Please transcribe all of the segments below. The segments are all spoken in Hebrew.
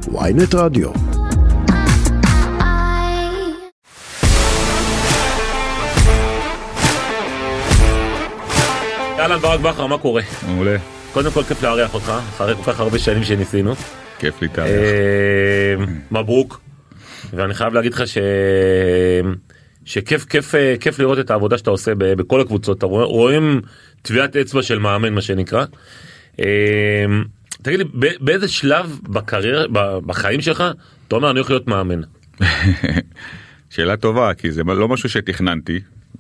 ynet רדיו. אהלן ברק בכר, מה קורה? מעולה. קודם כל כיף להריח אותך, אחרי כל כך הרבה שנים שניסינו. כיף להתארח. מברוק. ואני חייב להגיד לך שכיף לראות את העבודה שאתה עושה בכל הקבוצות. רואים טביעת אצבע של מאמן, מה שנקרא. תגיד לי, באיזה שלב בקריירה, בחיים שלך, אתה אומר אני הולך להיות מאמן? שאלה טובה, כי זה לא משהו שתכננתי.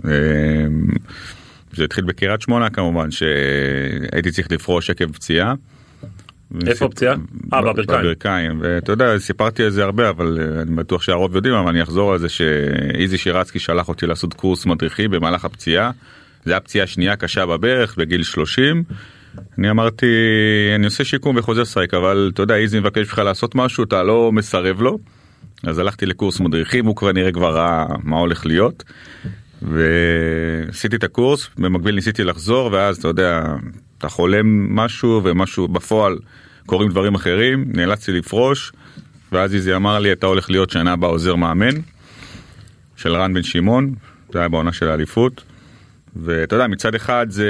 זה התחיל בקריית שמונה כמובן, שהייתי צריך לפרוש עקב פציעה. איפה הפציעה? בברכיים. בברכיים, ואתה יודע, סיפרתי על זה הרבה, אבל אני בטוח שהרוב יודעים, אבל אני אחזור על זה שאיזי שירצקי שלח אותי לעשות קורס מדריכי במהלך הפציעה. זה היה פציעה שנייה קשה בברך, בגיל 30. אני אמרתי, אני עושה שיקום וחוזר סייק, אבל אתה יודע, איזי מבקש לך לעשות משהו, אתה לא מסרב לו. אז הלכתי לקורס מדריכים, הוא כבר נראה כבר ראה מה הולך להיות. ועשיתי את הקורס, במקביל ניסיתי לחזור, ואז אתה יודע, אתה חולם משהו ומשהו בפועל, קוראים דברים אחרים, נאלצתי לפרוש, ואז איזי אמר לי, אתה הולך להיות שנה הבאה עוזר מאמן, של רן בן שמעון, זה היה בעונה של האליפות, ואתה יודע, מצד אחד זה,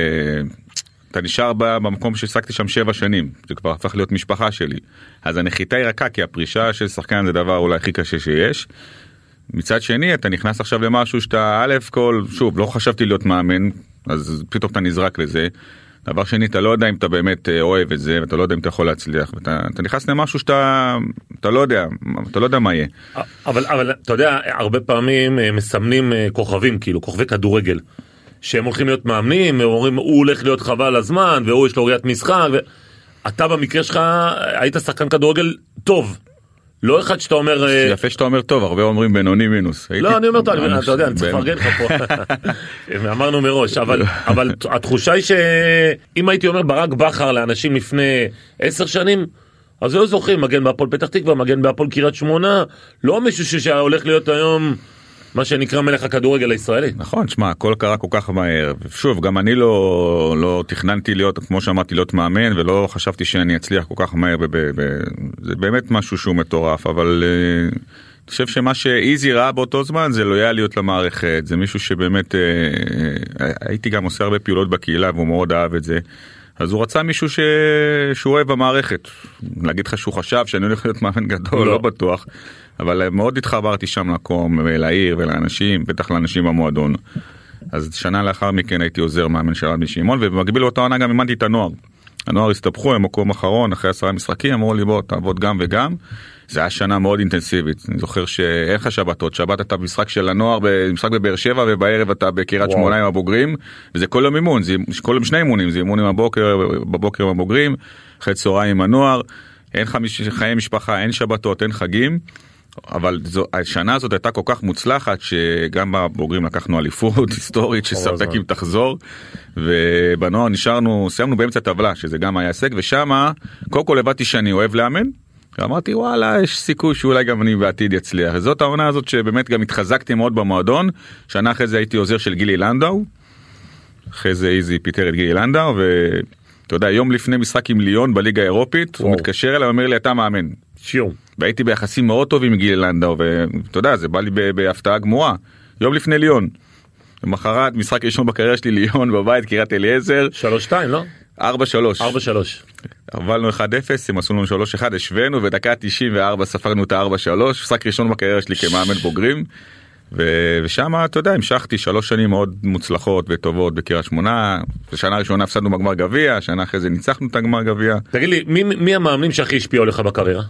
אתה נשאר במקום שהשחקתי שם 7 שנים, זה כבר הפך להיות משפחה שלי, אז הנחיתה היא רכה, כי הפרישה של שחקן זה דבר אולי הכי קשה שיש, מצד שני, אתה נכנס עכשיו למשהו שאתה, שוב, לא חשבתי להיות מאמן, אז פתאום אתה נזרק לזה. דבר שני, אתה לא יודע אם אתה באמת אוהב את זה, ואתה לא יודע אם אתה יכול להצליח, ואתה נכנס למשהו שאתה לא יודע מה יהיה. אבל אתה יודע, הרבה פעמים מסמנים כוכבים, כאילו, כוכבי כדורגל, שהם הולכים להיות מאמנים, אומרים, הוא הולך להיות חבל הזמן, והוא יש לו ראיית משחק, ואתה במקרה שלך, היית שחקן כדורגל טוב. לא אחד שאתה אומר... יפה שאתה אומר טוב, הרבה אומרים בינוני מינוס. לא, אני אומר טוב, אתה יודע, אני צריך לפרגן לך פה. אמרנו מראש, אבל התחושה היא שאם הייתי אומר ברק בכר לאנשים לפני 10 שנים, אז לא זוכרים, מגן בהפועל פתח תקווה, מגן בהפועל קריית שמונה, לא מישהו שהולך להיות היום... מה שנקרא מלך הכדורגל הישראלי. נכון, שמה, הכל קרה כל כך מהר. שוב, גם אני לא תכננתי להיות, כמו שאמרתי, להיות מאמן, ולא חשבתי שאני אצליח כל כך מהר. זה באמת משהו שהוא מטורף, אבל אני חושב שמה שאיזי ראה באותו זמן, זה לויאליות למערכת. זה מישהו שבאמת, הייתי גם עושה הרבה פעולות בקהילה, והוא מאוד אהב את זה. אז הוא רצה מישהו שהוא אוהב במערכת. להגיד לך שהוא חשב שאני הולך להיות מאמן גדול, לא בטוח. אבל מאוד התחברתי שם למקום, לעיר ולאנשים, בטח לאנשים במועדון. אז שנה לאחר מכן הייתי עוזר מאמן של רן בן שמעון, ובמקביל אותה עונה גם אימנתי את הנוער. הנוער הסתבכו, הם מקום אחרון, אחרי 10 משחקים, אמרו לי בוא תעבוד גם וגם. זה היה שנה מאוד אינטנסיבית. אני זוכר שאין לך שבתות, שבת אתה במשחק של הנוער, במשחק בבאר שבע, ובערב אתה בקריית שמונה עם הבוגרים, וזה כל יום אימון, זה כל יום 2 אימונים, זה אימונים בבוקר עם הבוגרים, אחרי צהריים עם הנוער, אין חיי משפחה, אין שבתות, אין חגים. אבל השנה הזאת הייתה כל כך מוצלחת שגם בבוגרים לקחנו אליפות היסטורית שספק אם תחזור, ובנוער סיימנו באמצע טבלה שזה גם היה הישג, ושמה קודם כל הבאתי שאני אוהב לאמן, ואמרתי וואלה יש סיכוי שאולי גם אני בעתיד יצליח. זאת העונה הזאת שבאמת גם התחזקתי מאוד במועדון. שנה אחרי זה הייתי עוזר של גילי לנדאו, אחרי זה איזי פיטר את גילי לנדאו, ואתה יודע יום לפני משחק עם ליון בליגה האירופית הוא מתקשר אליי ואומר לי אתה מאמן. והייתי ביחסים מאוד טובים עם גילי לנדאו, ואתה יודע, זה בא לי בהפתעה גמורה. יום לפני ליון. למחרת, משחק ראשון בקריירה שלי, ליון בבית, קריית אליעזר. 3-2, לא? 4-3. 4-3. הובלנו 1-0, הם עשו לנו 3-1, השווינו, ודקה 94 ספרנו את ה-4-3, משחק ראשון בקריירה שלי כמאמן בוגרים. ושם, אתה יודע, המשכתי 3 שנים מאוד מוצלחות וטובות בקריית שמונה. בשנה הראשונה הפסדנו בגמר גביע, שנה אחרי זה ניצחנו את הגמר גביע. תגיד לי, מי המאמנים שהכי השפיעו לך בקריירה?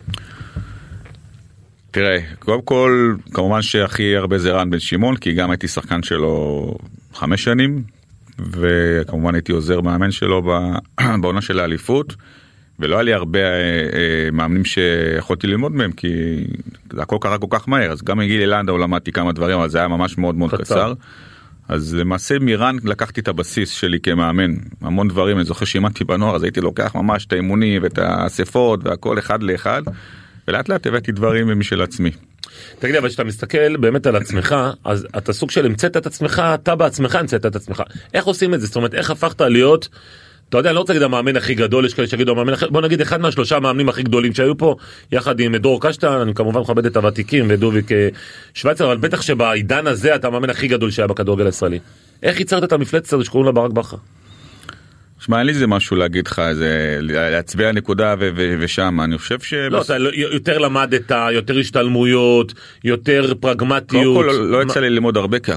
תראה, קודם כל, כמובן שהכי הרבה זה רן בן שמעון, כי גם הייתי שחקן שלו 5 שנים, וכמובן הייתי עוזר מאמן שלו בעונה של האליפות, ולא היה לי הרבה מאמנים שיכולתי ללמוד מהם, כי הכל קרה כל כך מהר, אז גם מגיל לנדאו למדתי כמה דברים, אבל זה היה ממש מאוד מאוד קצר. אז למעשה מרן לקחתי את הבסיס שלי כמאמן, המון דברים, אני זוכר שאימנתי בנוער, אז הייתי לוקח ממש את האימונים ואת האספות והכל אחד לאחד, ולאט לאט הבאתי דברים משל עצמי. תגיד לי, אבל כשאתה מסתכל באמת על עצמך, אז אתה סוג של המצאת את עצמך, אתה בעצמך המצאת את עצמך. איך עושים את זה? זאת אומרת, איך הפכת להיות אתה יודע, אני לא רוצה להגיד המאמן הכי גדול, יש כאלה שיגידו, בוא נגיד אחד מהשלושה המאמנים הכי גדולים שהיו פה, יחד עם דור קשטן, אני כמובן מכבד את הוותיקים ודוביק שוויצר, אבל בטח שבעידן הזה אתה המאמן הכי גדול שהיה בכדורגל הישראלי. איך ייצרת את המפלצת הזו שקוראים לה ברק בכר? שמע, אין לי זה משהו להגיד לך, זה להצביע נקודה ושם, אני חושב ש... לא, אתה יותר למדת, יותר השתלמויות, יותר פרגמטיות. לא יצא לי ללמוד הרבה, כי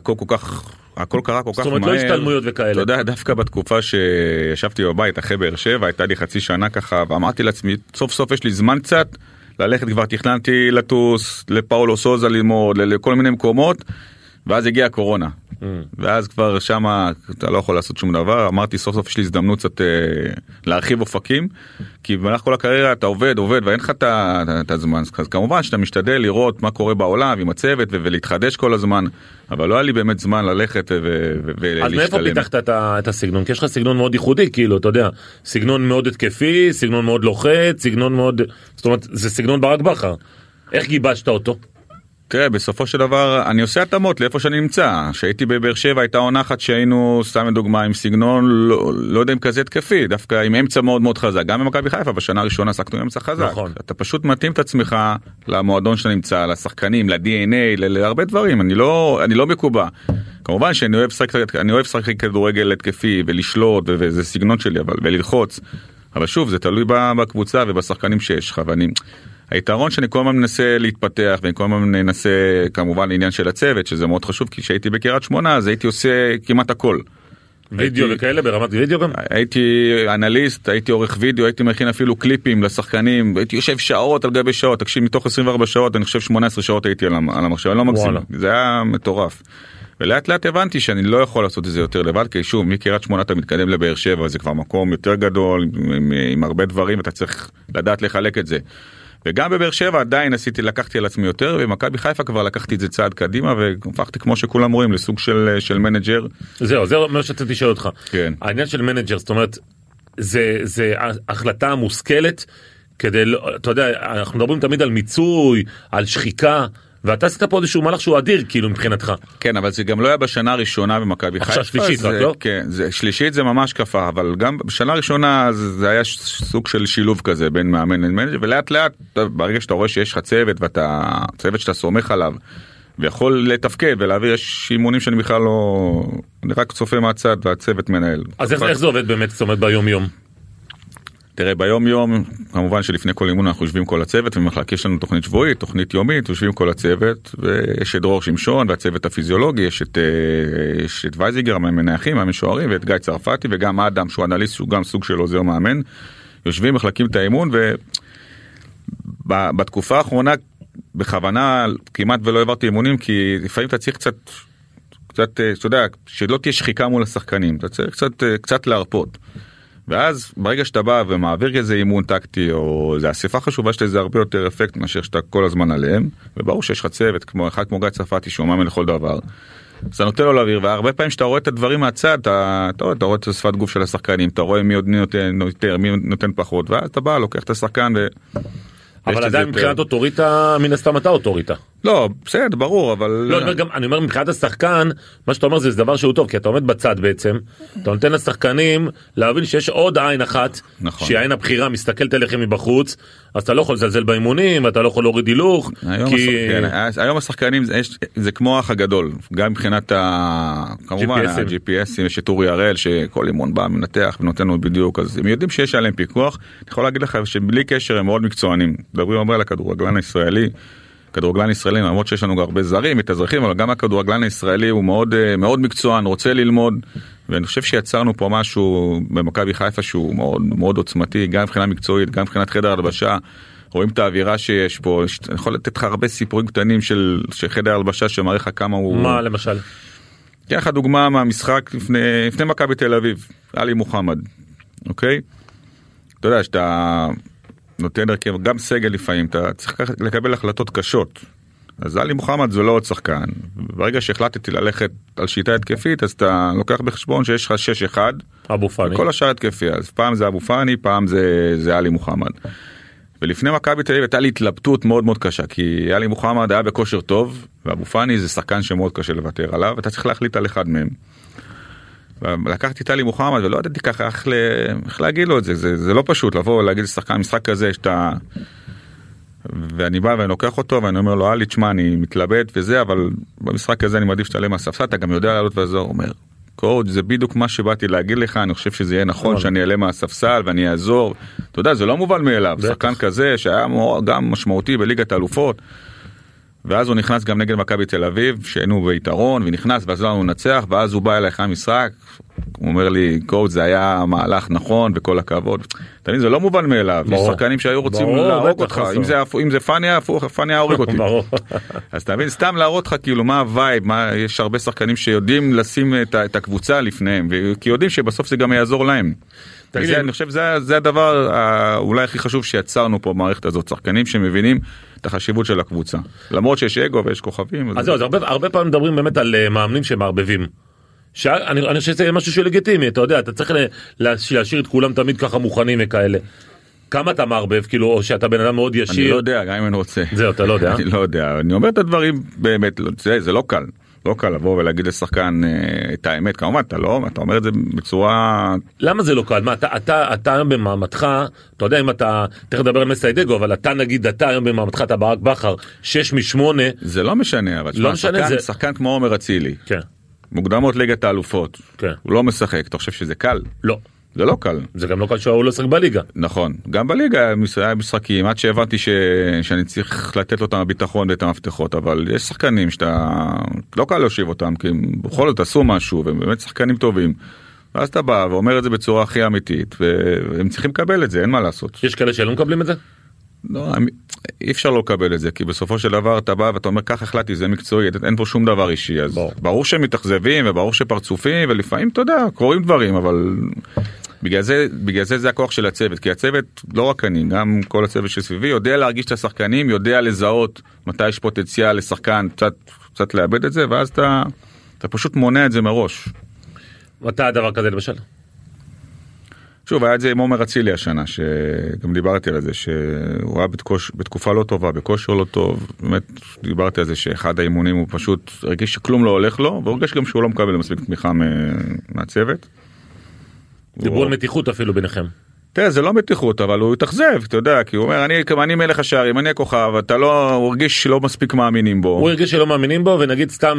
הכל קרה כל כך מהר. זאת אומרת, לא השתלמויות וכאלה. אתה יודע, דווקא בתקופה שישבתי בבית אחרי באר שבע, הייתה לי חצי שנה ככה, ואמרתי לעצמי, סוף סוף יש לי זמן קצת, ללכת כבר תכננתי לטוס, לפאולו סוזה ללמוד, לכל מיני מקומות, ואז הגיעה הקורונה. ואז כבר שמה אתה לא יכול לעשות שום דבר, אמרתי סוף סוף יש לי הזדמנות קצת להרחיב אופקים, כי במהלך כל הקריירה אתה עובד ואין לך את הזמן, אז כמובן שאתה משתדל לראות מה קורה בעולם עם הצוות ולהתחדש כל הזמן, אבל לא היה לי באמת זמן ללכת ולהשתלם. אז מאיפה פיתחת את הסגנון? כי יש לך סגנון מאוד ייחודי, כאילו, אתה יודע, סגנון מאוד התקפי, סגנון מאוד לוחץ, סגנון מאוד, זאת אומרת, זה סגנון ברק בכר. איך גיבשת אותו? תראה, בסופו של דבר, אני עושה התאמות לאיפה שאני נמצא. כשהייתי בבאר שבע, הייתה עונה אחת שהיינו, סתם לדוגמה, עם סגנון, לא יודע אם כזה התקפי, דווקא עם אמצע מאוד מאוד חזק. גם במכבי חיפה, בשנה הראשונה עסקנו עם אמצע חזק. נכון. אתה פשוט מתאים את עצמך למועדון שאתה נמצא, לשחקנים, ל-DNA, להרבה דברים. אני לא מקובע. כמובן שאני אוהב לשחק כדורגל התקפי, ולשלוט, וזה סגנון שלי, וללחוץ. אבל שוב, זה תלוי בקבוצה ובשחקנים שיש לך, היתרון שאני כל הזמן מנסה להתפתח, ואני כל הזמן מנסה כמובן לעניין של הצוות, שזה מאוד חשוב, כי כשהייתי בקריית שמונה, אז הייתי עושה כמעט הכל. וידאו וכאלה, ברמת וידאו גם? הייתי אנליסט, הייתי עורך וידאו, הייתי מכין אפילו קליפים לשחקנים, הייתי יושב שעות על גבי שעות, תקשיב, מתוך 24 שעות, אני חושב 18 שעות הייתי על המחשב, אני לא מגזים, זה היה מטורף. ולאט לאט הבנתי שאני לא יכול לעשות את זה יותר לבד, כי שוב, מקריית שמונה אתה מתקדם לבאר שבע, זה כבר מקום יותר גדול, עם הרבה דברים, ואתה צריך לדעת לחלק את זה. וגם בבאר שבע עדיין לקחתי על עצמי יותר, ומכבי חיפה כבר לקחתי את זה צעד קדימה, והפכתי כמו שכולם רואים לסוג של מנג'ר. זהו, זה מה שצריך לשאול אותך. כן. העניין של מנג'ר, זאת אומרת, זה החלטה מושכלת, כדי, אתה יודע, אנחנו מדברים תמיד על מיצוי, על שחיקה, ואתה עשית פה איזשהו מהלך שהוא אדיר, כאילו, מבחינתך. כן, אבל זה גם לא היה בשנה הראשונה במכבי חיפה. עכשיו שלישית רק, לא? כן, שלישית זה ממש קפה, אבל גם בשנה הראשונה זה היה סוג של שילוב כזה בין מאמן למנג'ר, ולאט לאט, ברגע שאתה רואה שיש לך צוות, צוות שאתה סומך עליו, ויכול לתפקד ולהעביר, יש אימונים שאני בכלל לא, אני רק צופה מהצד, והצוות מנהל. אז איך זה עובד באמת, זאת אומרת, ביום יום? תראה, ביום יום, כמובן שלפני כל אימון אנחנו יושבים כל הצוות, ומחלק יש לנו תוכנית שבועית, תוכנית יומית, יושבים כל הצוות, ויש את דרור שמשון, והצוות הפיזיולוגי, יש את וייזיגר, המנחים, המשוערים, ואת גיא צרפתי, וגם אדם, שהוא אנליסט, שהוא גם סוג של עוזר מאמן, יושבים, מחלקים את האימון, ובתקופה האחרונה, בכוונה, כמעט ולא העברתי אימונים, כי לפעמים אתה צריך קצת, אתה יודע, שלא תהיה שחיקה מול השחקנים, אתה צריך קצת להרפות. ואז ברגע שאתה בא ומעביר איזה אימון טקטי, או זה אספה חשובה שזה הרבה יותר אפקט מאשר שאתה כל הזמן עליהם, וברור שיש לך צוות כמו אחד כמו גיא צרפתי שהוא מאמן לכל דבר, אז אתה נותן לו להעביר, והרבה פעמים שאתה רואה את הדברים מהצד, אתה רואה את שפת גוף של השחקנים, אתה רואה מי נותן יותר, מי נותן פחות, ואז אתה בא, לוקח את השחקן אבל עדיין מבחינת אוטוריטה, מן הסתם אתה אוטוריטה. לא, בסדר, ברור, אבל... לא, אני אומר, מבחינת השחקן, מה שאתה אומר זה דבר שהוא טוב, כי אתה עומד בצד בעצם, אתה נותן לשחקנים להבין שיש עוד עין אחת, שהיא העין הבחירה, מסתכלת אליכם מבחוץ, אז אתה לא יכול לזלזל באימונים, אתה לא יכול להוריד הילוך, היום השחקנים זה כמו האח הגדול, גם מבחינת כמובן ה-GPSים, יש את אורי הראל, שכל אימון בא מנתח ונותן לו בדיוק, אז הם יודעים שיש עליהם פיקוח, אני יכול להגיד לך שבלי קשר הם מאוד מקצוענים, מדברים הרבה על הכדורגלן הישראלי, כדורגלן ישראלי, למרות שיש לנו הרבה זרים, מתאזרחים, אבל גם הכדורגלן הישראלי הוא מאוד, מאוד מקצוען, רוצה ללמוד, ואני חושב שיצרנו פה משהו במכבי חיפה שהוא מאוד, מאוד עוצמתי, גם מבחינה מקצועית, גם מבחינת חדר הלבשה, רואים את האווירה שיש פה, אני יכול לתת לך הרבה סיפורים קטנים של חדר הלבשה שמראה לך כמה הוא... מה למשל? כן, לך דוגמה מהמשחק לפני מכבי תל אביב, עלי מוחמד, אוקיי? אתה יודע שאתה... נותן הרכב, גם סגל לפעמים, אתה צריך לקבל החלטות קשות. אז עלי מוחמד זה לא עוד שחקן. ברגע שהחלטתי ללכת על שיטה התקפית, אז אתה לוקח בחשבון שיש לך 6-1. אבו פאני. כל השאר התקפי. אז פעם זה אבו פאני, פעם זה עלי מוחמד. ולפני מכבי תל אביב הייתה לי התלבטות מאוד מאוד קשה, כי עלי מוחמד היה בכושר טוב, ואבו פאני זה שחקן שמאוד קשה לוותר עליו, ואתה צריך להחליט על אחד מהם. לקחתי טלי מוחמד ולא ידעתי ככה איך להגיד לו את זה, זה לא פשוט לבוא ולהגיד לשחקן משחק כזה שאתה, ואני בא ואני לוקח אותו ואני אומר לו, אלי, תשמע, אני מתלבט וזה, אבל במשחק הזה אני מעדיף שתעלה מהספסל, אתה גם יודע לעלות ועזור. הוא אומר, קוד, זה בדיוק מה שבאתי להגיד לך, אני חושב שזה יהיה נכון שאני אעלה מהספסל ואני אעזור. אתה יודע, זה לא מובן מאליו, שחקן כזה שהיה גם משמעותי בליגת האלופות, ואז הוא נכנס גם נגד מכבי תל אביב, שהיינו ביתרון, ונכנס, ואז לנו נצח, ואז הוא בא אליי אחרי המשחק, הוא אומר לי, קוד, זה היה מהלך נכון, וכל הכבוד. אתה מבין, זה לא מובן מאליו, יש שחקנים שהיו רוצים להרוג אותך, אם זה פניה, פניה הורג אותי. אז אתה מבין, סתם להראות לך, כאילו, מה הווייב, יש הרבה שחקנים שיודעים לשים את הקבוצה לפניהם, כי יודעים שבסוף זה גם יעזור להם. אני חושב זה הדבר אולי הכי חשוב שיצרנו פה במערכת הזאת, שחקנים שמבינים את החשיבות של הקבוצה, למרות שיש אגו ויש כוכבים. אז הרבה פעמים מדברים באמת על מאמנים שמערבבים, אני חושב שזה משהו שהוא לגיטימי, אתה יודע, אתה צריך להשאיר את כולם תמיד ככה מוכנים וכאלה. כמה אתה מערבב, כאילו, או שאתה בן אדם מאוד ישיר? אני לא יודע, גם אם אני רוצה. זהו, אתה לא יודע? אני לא יודע, אני אומר את הדברים באמת, זה לא קל. לא קל לבוא ולהגיד לשחקן את האמת, כמובן, אתה אומר את זה בצורה... למה זה לא קל? מה, אתה היום במעמדך, אתה יודע אם אתה, תכף לדבר על מסיידגו, אבל אתה נגיד, אתה היום במעמדך, אתה ברק בכר, 6-8... זה לא משנה, אבל לא משנה, זה... שחקן כמו עומר אצילי, כן. מוקדמות ליגת האלופות, כן. הוא לא משחק, אתה חושב שזה קל? לא. זה לא קל. זה גם לא קל שהוא לא שחק בליגה. נכון. גם בליגה היה משחקים, עד שהבנתי שאני צריך לתת לו את הביטחון ואת המפתחות, אבל יש שחקנים שאתה לא קל להושיב אותם, כי בכל זאת עשו משהו, והם באמת שחקנים טובים. ואז אתה בא ואומר את זה בצורה הכי אמיתית, והם צריכים לקבל את זה, אין מה לעשות. יש כאלה שלא מקבלים את זה? לא, אי אפשר לא לקבל את זה, כי בסופו של דבר אתה בא ואתה אומר, כך החלטתי, זה מקצועי, אין פה שום דבר אישי, אז ברור שהם מתאכזבים וברור שפרצופים, ולפעמים, אתה יודע, קוראים דברים, אבל בגלל זה הכוח של הצוות, כי הצוות, לא רק אני, גם כל הצוות שסביבי, יודע להרגיש את השחקנים, יודע לזהות מתי יש פוטנציאל לשחקן, קצת לאבד את זה, ואז אתה פשוט מונע את זה מראש. מתי הדבר כזה למשל? שוב, היה את זה עם עומר אצילי השנה, שגם דיברתי על זה, שהוא היה בתקופה לא טובה, בכושר לא טוב, באמת דיברתי על זה שאחד האימונים הוא פשוט הרגיש שכלום לא הולך לו, והרגש גם שהוא לא מקבל מספיק תמיכה מהצוות. דיברו על מתיחות אפילו ביניכם. תראה, זה לא מתיחות, אבל הוא התאכזב, אתה יודע, כי הוא אומר, אני מלך השערים, אני הכוכב, הוא הרגיש שלא מספיק מאמינים בו. הוא הרגיש שלא מאמינים בו, ונגיד סתם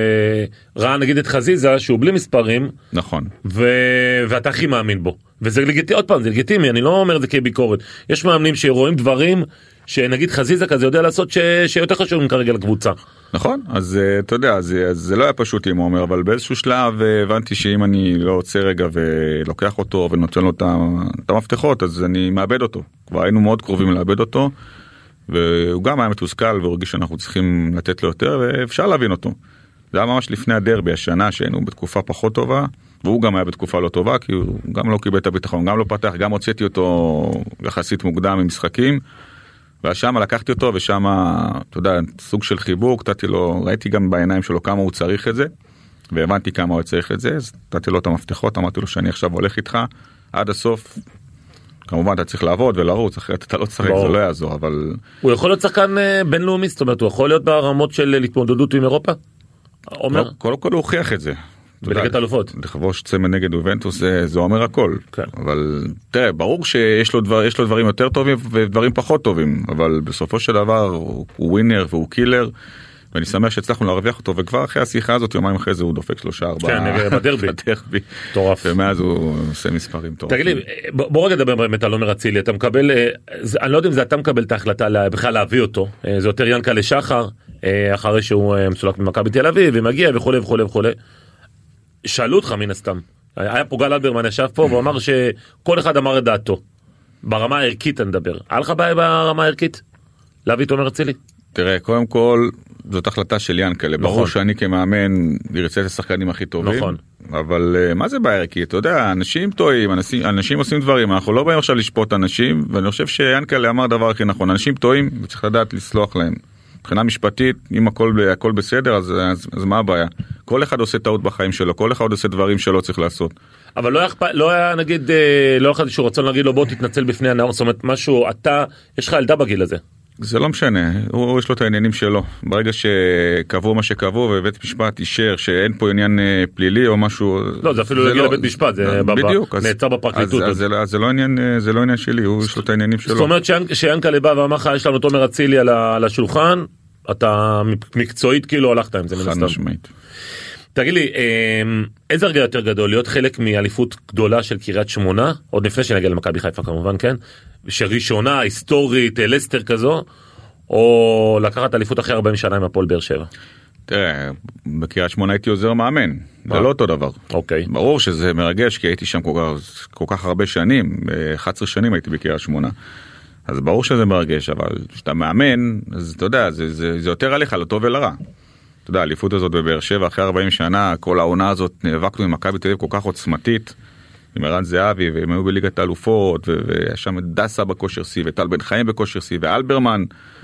ראה נגיד את חזיזה, שהוא בלי מספרים. נכון. ואתה הכי מאמין בו. וזה לגיטימי, עוד פעם, זה לגיטימי, אני לא אומר את זה כביקורת. יש מאמנים שרואים דברים, שנגיד חזיזה כזה יודע לעשות שיותר חשוב כרגע לקבוצה. נכון, אז אתה יודע, זה לא היה פשוט עם עומר, אבל באיזשהו שלב הבנתי שאם אני לא עוצר רגע ולוקח אותו ונותן לו את המפתחות, אז אני מאבד אותו. כבר היינו מאוד קרובים לאבד אותו, והוא גם היה מתוסכל והרגיש שאנחנו צריכים לתת לו יותר, ואפשר להבין אותו. זה היה ממש לפני הדרבי השנה, שהיינו בתקופה פחות טובה, והוא גם היה בתקופה לא טובה, כי הוא גם לא קיבל את הביטחון, גם לא פתח, גם הוצאתי אותו יחסית מוקדם עם משחקים, ושם לקחתי אותו, ושם, אתה יודע, סוג של חיבור, קטעתי לו, ראיתי גם בעיניים שלו כמה הוא צריך את זה, והבנתי כמה הוא צריך את זה, אז קטעתי לו את המפתחות, אמרתי לו שאני עכשיו הולך איתך, עד הסוף, כמובן אתה צריך לעבוד ולרוץ, אחרת אתה לא צריך, זה לא יעזור, אבל... הוא יכול להיות שחקן בינלאומי, זאת אומרת, הוא יכול להיות ברמות של התמודדות עם אירופה? אומר? קודם כל הוא הוכיח את זה. בליגת האלופות. לכבוש צמד נגד יובנטוס זה אומר הכל. אבל תראה, ברור שיש לו דברים יותר טובים ודברים פחות טובים, אבל בסופו של דבר הוא ווינר והוא קילר, ואני שמח שהצלחנו להרוויח אותו, וכבר אחרי השיחה הזאת, יומיים אחרי זה הוא דופק 3-4. כן, בדרבי. טורף. ומאז הוא עושה מספרים טורפים. תגיד לי, בוא רגע דבר באמת על עומר אצילי, אתה מקבל, אני לא יודע אם זה אתה מקבל את ההחלטה בכלל להביא אותו, זה יותר ינקלה שחר, אחרי שהוא מסולק ממכבי תל אביב, ומגיע וכו' וכו' וכו'. שאלו אותך מן הסתם, היה פה גל אלברמן ישב פה והוא אמר שכל אחד אמר את דעתו, ברמה הערכית אני מדבר, היה לך בעיה ברמה הערכית? להביא את עומר אצילי? תראה, קודם כל זאת החלטה של ינקלה, ברור שאני כמאמן ירצה את השחקנים הכי טובים, אבל מה זה בעיה ערכית? אתה יודע, אנשים טועים, אנשים עושים דברים, אנחנו לא באים עכשיו לשפוט אנשים, ואני חושב שינקלה אמר דבר הכי נכון, אנשים טועים וצריך לדעת לסלוח להם. מבחינה משפטית, אם הכל בסדר, אז מה הבעיה? כל אחד עושה טעות בחיים שלו, כל אחד עושה דברים שלא צריך לעשות. אבל לא היה נגיד, לא אחד שהוא רצון להגיד לו בוא תתנצל בפני הנאור, זאת אומרת משהו, יש לך ילדה בגיל הזה. זה לא משנה, הוא יש לו את העניינים שלו. ברגע שקבעו מה שקבעו ובית משפט אישר שאין פה עניין פלילי או משהו... לא, זה אפילו לא הגיע לבית משפט, זה נעצר בפרקליטות. אז זה לא עניין שלי, הוא יש לו את העניינים שלו. זאת אומרת שיענקל'ה בא ואמר לך, יש לנו תומר אצילי על השולחן, אתה מקצועית כאילו הלכת עם זה. חד משמעית. תגיד לי, איזה רגע יותר גדול, להיות חלק מאליפות גדולה של קריית שמונה, עוד לפני שנגיע למכבי חיפה כמובן, כן? שראשונה, היסטורית, לסטר כזו, או לקחת אליפות אחרי 40 שנה עם הפועל באר שבע? תראה, בקריית שמונה הייתי עוזר מאמן, זה לא אותו דבר. אוקיי. ברור שזה מרגש, כי הייתי שם כל כך הרבה שנים, 11 שנים הייתי בקריית שמונה. אז ברור שזה מרגש, אבל כשאתה מאמן, אז אתה יודע, זה יותר עליך, לטוב ולרע. אתה יודע, האליפות הזאת בבאר שבע, אחרי 40 שנה, כל העונה הזאת נאבקנו עם מכבי תל אביב כל כך עוצמתית, עם ערן זהבי, והם היו בליגת האלופות, והיה שם דסה בכושר שיא, וטל בן חיים בכושר שיא, ואלברמן,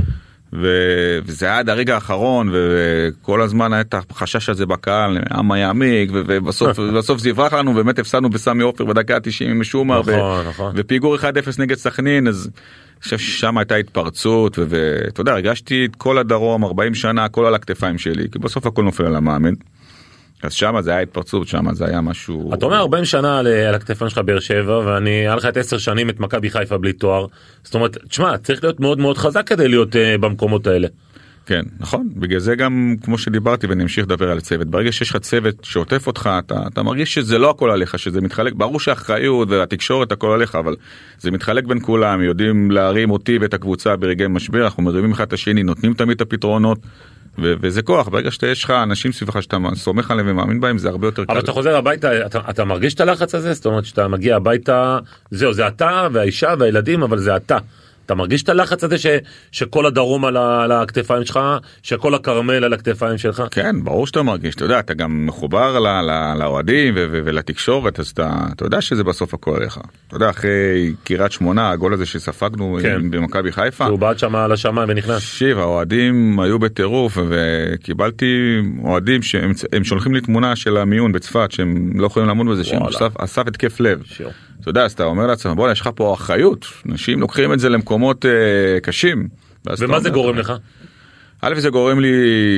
וזה היה עד הרגע האחרון, וכל הזמן היה את החשש הזה בקהל, עם היעמיק, ובסוף זה יברח לנו, באמת הפסדנו בסמי עופר בדקה 90 עם משומר, ופיגור 1-0 נגד סכנין, אז שם הייתה התפרצות, ואתה יודע, הרגשתי את כל הדרום, 40 שנה, הכל על הכתפיים שלי, כי בסוף הכל נופל על המאמן. אז שם זה היה התפרצות, שם זה היה משהו... אתה אומר 40 שנה על הכתפיים שלך באר שבע, ואני היה לך את 10 שנים את מכבי חיפה בלי תואר. זאת אומרת, תשמע, צריך להיות מאוד מאוד חזק כדי להיות במקומות האלה. כן, נכון. בגלל זה גם, כמו שדיברתי, ואני אמשיך לדבר על צוות. ברגע שיש לך צוות שעוטף אותך, אתה מרגיש שזה לא הכל עליך, שזה מתחלק, ברור שהאחריות והתקשורת הכל עליך, אבל זה מתחלק בין כולם, יודעים להרים אותי ואת הקבוצה ברגעי משבר, אנחנו מרימים אחד את השני, נותנים תמיד את הפתרונות, וזה כוח. ברגע שיש לך אנשים סביבך שאתה סומך עליהם ומאמין בהם, זה הרבה יותר קל. אבל אתה חוזר הביתה, אתה מרגיש את הלחץ הזה? זאת אומרת שאתה מגיע הביתה, זהו, זה אתה והאישה והילדים, אבל זה אתה. אתה מרגיש את הלחץ הזה שכל הדרום על הכתפיים שלך, שכל הקרמל על הכתפיים שלך? כן, ברור שאתה מרגיש. אתה יודע, אתה גם מחובר לאוהדים ולתקשורת, אז אתה יודע שזה בסוף הכל עליך. אתה יודע, אחרי קריית שמונה, הגול הזה שספגנו במכבי חיפה. הוא בעד שם על השמיים ונכנס. שיב, האוהדים היו בטירוף, וקיבלתי אוהדים שהם שולחים לי תמונה של המיון בצפת, שהם לא יכולים לעמוד בזה, שהם אסף התקף לב. אתה יודע, אז אתה אומר לעצמם, בוא, יש לך פה אחריות, אנשים לוקחים את זה למקומות קשים. ומה זה גורם לך? א', זה גורם לי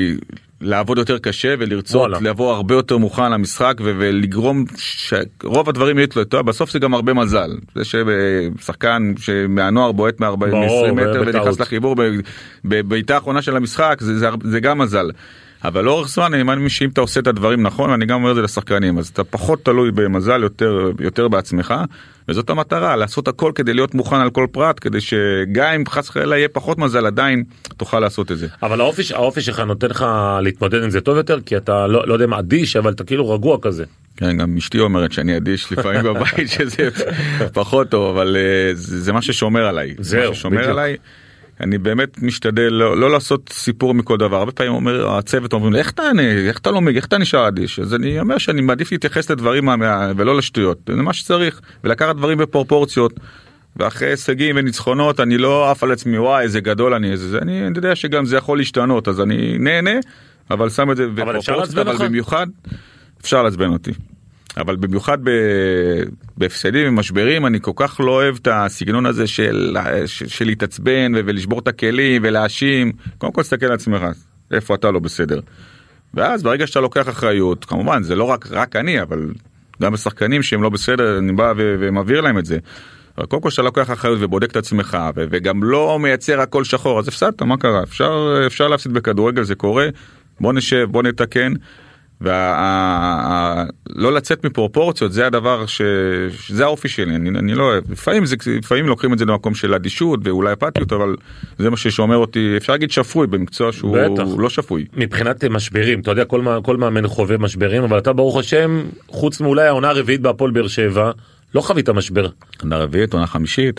לעבוד יותר קשה ולרצות לבוא הרבה יותר מוכן למשחק ולגרום שרוב הדברים יהיו לו, בסוף זה גם הרבה מזל. זה ששחקן שמהנוער בועט מ-20 מטר ונכנס לחיבור בביתה האחרונה של המשחק, זה גם מזל. אבל לאורך זמן אני מאמין שאם אתה עושה את הדברים נכון, ואני גם אומר את זה לשחקנים, אז אתה פחות תלוי במזל, יותר בעצמך, וזאת המטרה, לעשות הכל כדי להיות מוכן על כל פרט, כדי שגם אם חס וחלילה יהיה פחות מזל, עדיין תוכל לעשות את זה. אבל האופי שלך נותן לך להתמודד עם זה טוב יותר, כי אתה לא יודע מה אדיש, אבל אתה כאילו רגוע כזה. כן, גם אשתי אומרת שאני אדיש לפעמים בבית, שזה פחות טוב, אבל זה מה ששומר עליי. זהו, בדיוק. אני באמת משתדל לא לעשות סיפור מכל דבר. הרבה פעמים אומר, הצוות אומרים לי, איך אתה לא מגיע, איך אתה נשאר אדיש? אז אני אומר שאני מעדיף להתייחס לדברים ולא לשטויות. זה מה שצריך, ולקחת דברים בפרופורציות, ואחרי הישגים וניצחונות, אני לא אף על עצמי, וואי, איזה גדול אני יודע שגם זה יכול להשתנות, אז אני נהנה, אבל שם את זה בפרופורציות, אבל במיוחד אפשר לעצבן אותי. אבל במיוחד בהפסדים ומשברים, אני כל כך לא אוהב את הסגנון הזה של להתעצבן ולשבור את הכלים ולהאשים. קודם כל תסתכל על עצמך, איפה אתה לא בסדר. ואז ברגע שאתה לוקח אחריות, כמובן זה לא רק אני, אבל גם בשחקנים שהם לא בסדר, אני בא ומעביר להם את זה. אבל קודם כל שאתה לוקח אחריות ובודק את עצמך, וגם לא מייצר הכל שחור, אז הפסדת, מה קרה? אפשר להפסיד בכדורגל, זה קורה, בוא נשב, בוא נתקן. לא לצאת מפרופורציות, זה הדבר זה האופי שלי, אני לא אוהב. לפעמים לוקחים את זה למקום של אדישות ואולי אפתיות, אבל זה מה ששומר אותי, אפשר להגיד שפוי במקצוע שהוא לא שפוי. מבחינת משברים, אתה יודע, כל מאמן חווה משברים, אבל אתה ברוך השם, חוץ מאולי העונה הרביעית בהפועל באר שבע, לא חווית משבר. עונה רביעית, עונה חמישית.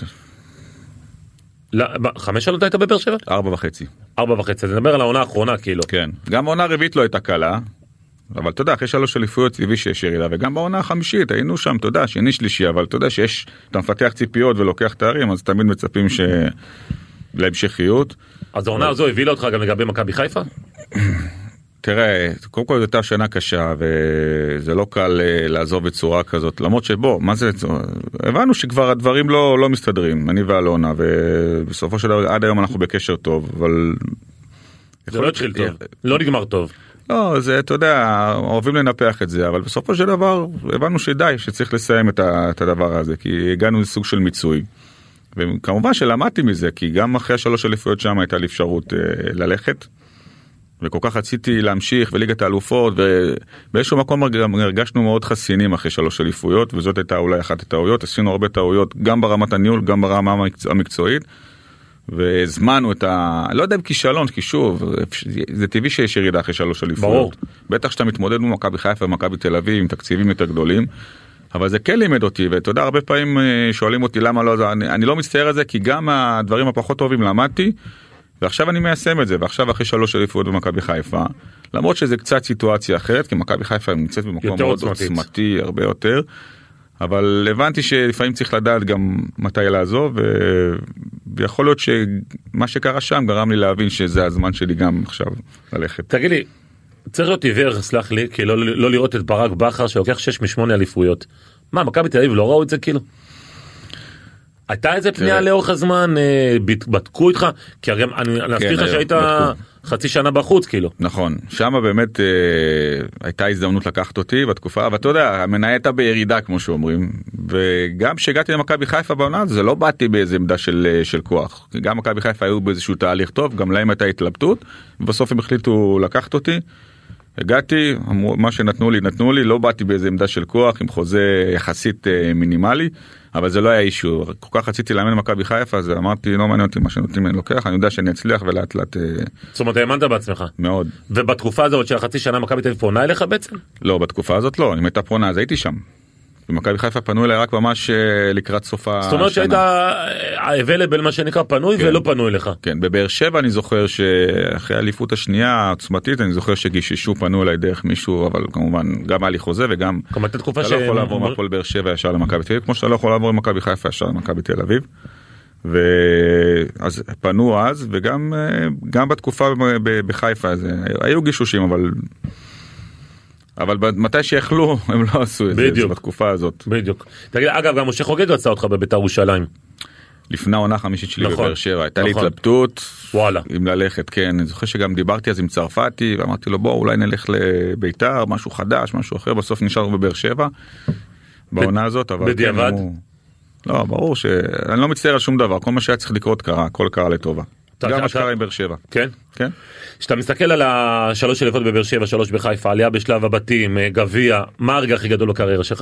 5 שנות היית בבאר שבע? 4.5. 4.5, זה נדבר על העונה האחרונה כאילו. כן, גם העונה הרביעית לא הייתה קלה. אבל אתה יודע, אחרי 3 אליפויות טבעי שיש ירידה, וגם בעונה החמישית היינו שם, אתה יודע, שני שלישי, אבל אתה יודע אתה מפתח ציפיות ולוקח תארים, אז תמיד מצפים להמשכיות. אז העונה הזו הבילה אותך גם לגבי מכבי חיפה? תראה, קודם כל זו הייתה שנה קשה, וזה לא קל לעזוב בצורה כזאת, למרות שבוא, מה זה, הבנו שכבר הדברים לא מסתדרים, אני ואלונה, ובסופו של דבר, עד היום אנחנו בקשר טוב, אבל... זה לא התחיל טוב, לא נגמר טוב. לא, זה, אתה יודע, אוהבים לנפח את זה, אבל בסופו של דבר, הבנו שצריך לסיים את הדבר הזה, כי הגענו לסוג של מיצוי. וכמובן שלמדתי מזה, כי גם אחרי 3 אליפויות שם הייתה לי אפשרות ללכת, וכל כך רציתי להמשיך וליגת האלופות, ובאיזשהו מקום הרגשנו מאוד חסינים אחרי 3 אליפויות, וזאת הייתה אולי אחת הטעויות, עשינו הרבה טעויות, גם ברמת הניהול, גם ברמה המקצועית, והזמנו את לא יודע בכישלון, כי שוב, זה טבעי שיש ירידה אחרי 3 אליפויות. בטח שאתה מתמודד מול מכבי חיפה ומכבי תל אביב, עם תקציבים יותר גדולים, אבל זה כן לימד אותי, ואתה יודע, הרבה פעמים שואלים אותי למה לא, אני לא מצטער על זה, כי גם הדברים הפחות טובים למדתי, ועכשיו אני מיישם את זה, ועכשיו אחרי 3 אליפויות במכבי חיפה, למרות שזה קצת סיטואציה אחרת, כי מכבי חיפה נמצאת במקום מאוד עוצמתי, הרבה יותר, אבל הבנתי שלפעמים צריך לדעת גם מתי לעזוב, ויכול להיות שמה שקרה שם גרם לי להבין שזה הזמן שלי גם עכשיו ללכת. תגיד לי, צריך להיות עיוור, סלח לי, כי לא לראות את ברק בכר שלוקח 6 מ-8 אליפויות. מה, מכבי תל אביב לא ראו את זה כאילו? הייתה איזה פנייה לאורך הזמן, בדקו איתך? כי הרי אני אזכיר לך שהיית חצי שנה בחוץ כאילו. נכון, שם באמת הייתה הזדמנות לקחת אותי בתקופה, אבל אתה יודע, המניה הייתה בירידה כמו שאומרים, וגם כשהגעתי למכבי חיפה בעונה, זה לא באתי באיזה עמדה של כוח, גם מכבי חיפה היו באיזשהו תהליך טוב, גם להם הייתה התלבטות, ובסוף הם החליטו לקחת אותי, הגעתי, מה שנתנו לי, לא באתי באיזה עמדה של כוח, עם חוזה יחסית מינימלי, אבל זה לא היה אישו, כל כך רציתי לאמן מכבי חיפה, אז אמרתי, לא מעניין אותי מה שנותנים אני לוקח, אני יודע שאני אצליח ולאט לאט... זאת אומרת, האמנת בעצמך? מאוד. ובתקופה הזאת של חצי שנה מכבי תל אביב פונה אליך בעצם? לא, בתקופה הזאת לא, אם הייתה פונה אז הייתי שם. במכבי חיפה פנו אליי רק ממש לקראת סוף השנה. זאת אומרת שהיית available מה שנקרא פנוי ולא פנו אליך. כן, בבאר שבע אני זוכר שאחרי האליפות השנייה העוצמתית, אני זוכר שגיששו פנו אליי דרך מישהו, אבל כמובן גם היה לי חוזה וגם אתה לא יכול לעבור מהפועל באר שבע ישר למכבי תל אביב, כמו שאתה לא יכול לעבור ממכבי חיפה ישר למכבי תל אביב. ואז פנו אז, וגם בתקופה בחיפה היו גישושים, אבל מתי שיכלו הם לא עשו את זה בתקופה הזאת. בדיוק. תגיד, אגב, גם משה חוגג רצה אותך בבית"ר ירושלים. לפני העונה החמישית שלי בבאר שבע, הייתה לי התלבטות אם ללכת, כן, אני זוכר שגם דיברתי אז עם צרפתי, ואמרתי לו בוא אולי נלך לבית"ר, משהו חדש, משהו אחר, בסוף נשארנו בבאר שבע, בעונה הזאת, אבל בדיעבד? לא, ברור שאני לא מצטער על שום דבר, כל מה שהיה צריך לקרות קרה, הכל קרה לטובה. גם מה שקרה עם באר שבע. כן? כן. כשאתה מסתכל על 3 אליפויות בבאר שבע, 3 בחיפה, עלייה בשלב הבתים, גביע, מה הרגע הכי גדול בקריירה שלך?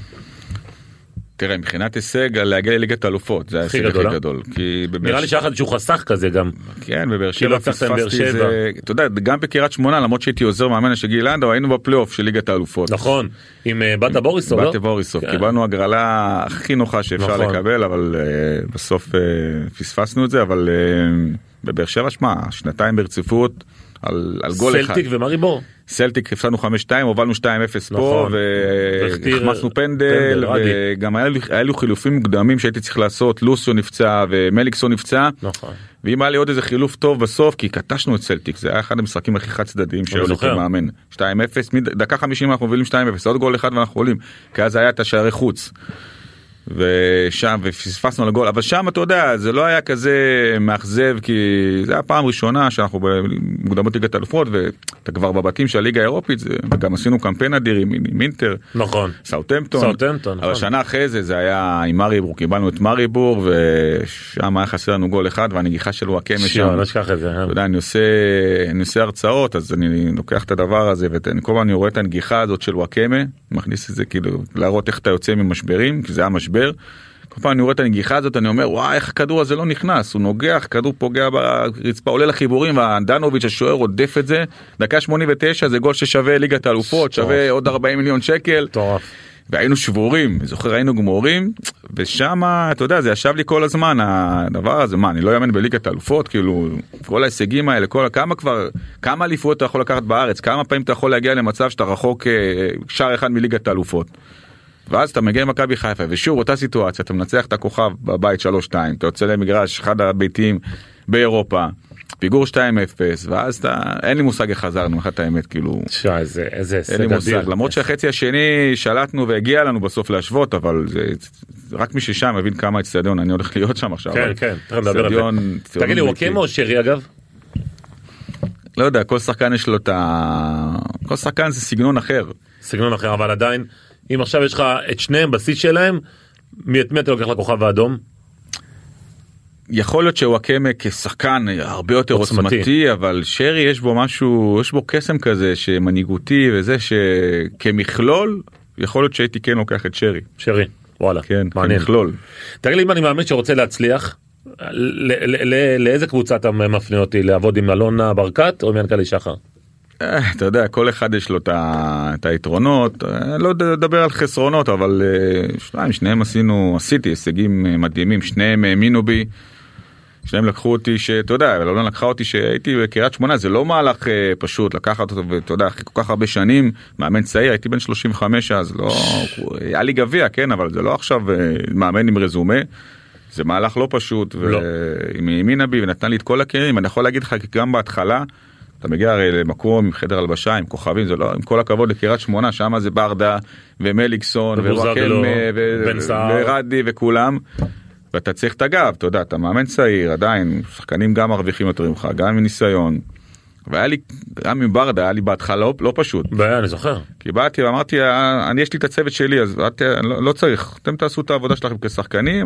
תראה, מבחינת הישג, להגיע לליגת האלופות, זה ההישג הכי גדול. נראה לי שאחד שהוא חסך כזה גם. כן, בבאר שבע פספסתי את זה. אתה יודע, גם בקריית שמונה, למרות שהייתי עוזר מאמן של גיל לנדאו, היינו בפלייאוף של ליגת האלופות. נכון, עם בטה בוריסוב, לא? בטה בוריסוב, קיבלנו הגרלה הכי נוחה שאפשר לקבל, אבל בסוף פספסנו את זה, אבל בבאר שבע, שמה, 2 ברציפות, על גול אחד. סלטיק ומריבור. סלטיק הפסדנו 5-2, הובלנו 2-0 פה, והחמצנו פנדל, וגם היה לי חילופים מוקדמים שהייתי צריך לעשות, לוסיו נפצע ומליקסו נפצע, ואם היה לי עוד איזה חילוף טוב בסוף, כי קטשנו את סלטיק, זה היה אחד המשחקים הכי חד צדדיים שהיו לי כמאמן. 2-0, דקה 50 אנחנו מובילים 2-0, עוד גול אחד ואנחנו עולים, כי אז היה את השערי חוץ. ושם ופספסנו לגול, אבל שם אתה יודע זה לא היה כזה מאכזב, כי זה היה פעם ראשונה שאנחנו במוקדמות ליגת האלופות ואתה כבר בבתים של הליגה האירופית, וגם עשינו קמפיין אדיר עם אינטר, נכון, סאות'המפטון, אבל שנה אחרי זה היה עם מריבור, קיבלנו את מריבור ושם היה חסר לנו גול אחד והנגיחה של וואקמה שם, אתה יודע, אני עושה הרצאות, אז אני לוקח את הדבר הזה וכל פעם אני רואה את הנגיחה הזאת של וואקמה, מכניס את זה כאילו להראות איך אתה יוצא ממשברים, כי זה היה משבר. כל פעם אני רואה את הנגיחה הזאת, אני אומר, וואי, איך הכדור הזה לא נכנס, הוא נוגח, כדור פוגע ברצפה, עולה לחיבורים, והדנוביץ' השוער עודף את זה, דקה 89, זה גול ששווה ליגת האלופות, שווה עוד 40 מיליון שקל, והיינו שבורים, זוכר, היינו גמורים, ושם, אתה יודע, זה ישב לי כל הזמן, הדבר הזה, מה, אני לא יאמן בליגת האלופות, כאילו, כל ההישגים האלה, כמה אליפויות אתה יכול לקחת בארץ, כמה פעמים אתה יכול להגיע למצב שאתה רחוק שער אחד מליגת האלופות. ואז אתה מגיע למכבי חיפה, ושוב אותה סיטואציה, אתה מנצח את הכוכב בבית 3-2, אתה יוצא למגרש, אחד הביתיים באירופה, פיגור 2-0, ואז אין לי מושג איך חזרנו, אחת האמת, כאילו... איזה אין לי מושג, למרות שהחצי השני שלטנו והגיע לנו בסוף להשוות, אבל רק מי ששם מבין כמה אצטדיון, אני הולך להיות שם עכשיו. כן, כן, תראה לדבר על זה. תגיד לי, וואקמה או שרי אגב? לא יודע, כל שחקן יש לו כל שחקן זה סגנון אחר. סגנון אחר, אבל עדיין, אם עכשיו יש לך את שניהם בשיא שלהם, מי אתה לוקח לכוכב האדום? יכול להיות שוואקמה כשחקן הרבה יותר עוצמתי, אבל שרי יש בו משהו, יש בו קסם כזה שמנהיגותי וזה שכמכלול, יכול להיות שהייתי כן לוקח את שרי. שרי, וואלה, כן, כמכלול. תגיד לי אם אני מאמין שרוצה להצליח, לאיזה קבוצה אתה מפנה אותי? לעבוד עם אלונה ברקת או עם ינקלי שחר? אתה יודע, כל אחד יש לו את היתרונות, לא לדבר על חסרונות, אבל שניהם עשיתי הישגים מדהימים, שניהם האמינו בי, שניהם לקחו אותי, שאתה יודע, אלונה לקחה אותי שהייתי בקריית שמונה, זה לא מהלך פשוט, לקחת אותו, ואתה יודע, אחרי כל כך הרבה שנים, מאמן צעיר, הייתי בן 35, אז לא, היה לי גביע, כן, אבל זה לא עכשיו מאמן עם רזומה, זה מהלך לא פשוט, והיא האמינה בי ונתן לי את כל הכלים, אני יכול להגיד לך, גם בהתחלה, אתה מגיע הרי למקום עם חדר הלבשה, עם כוכבים, זה לא, עם כל הכבוד לקריית שמונה, שם זה ברדה ומליקסון ווואקמה ורדי וכולם, ואתה צריך את הגב, אתה יודע, אתה מאמן צעיר, עדיין, שחקנים גם מרוויחים יותר ממך, גם עם ניסיון, והיה לי, גם עם ברדה, היה לי בהתחלה לא פשוט. אני זוכר. כי באתי ואמרתי, יש לי את הצוות שלי, אז לא צריך, אתם תעשו את העבודה שלכם כשחקנים,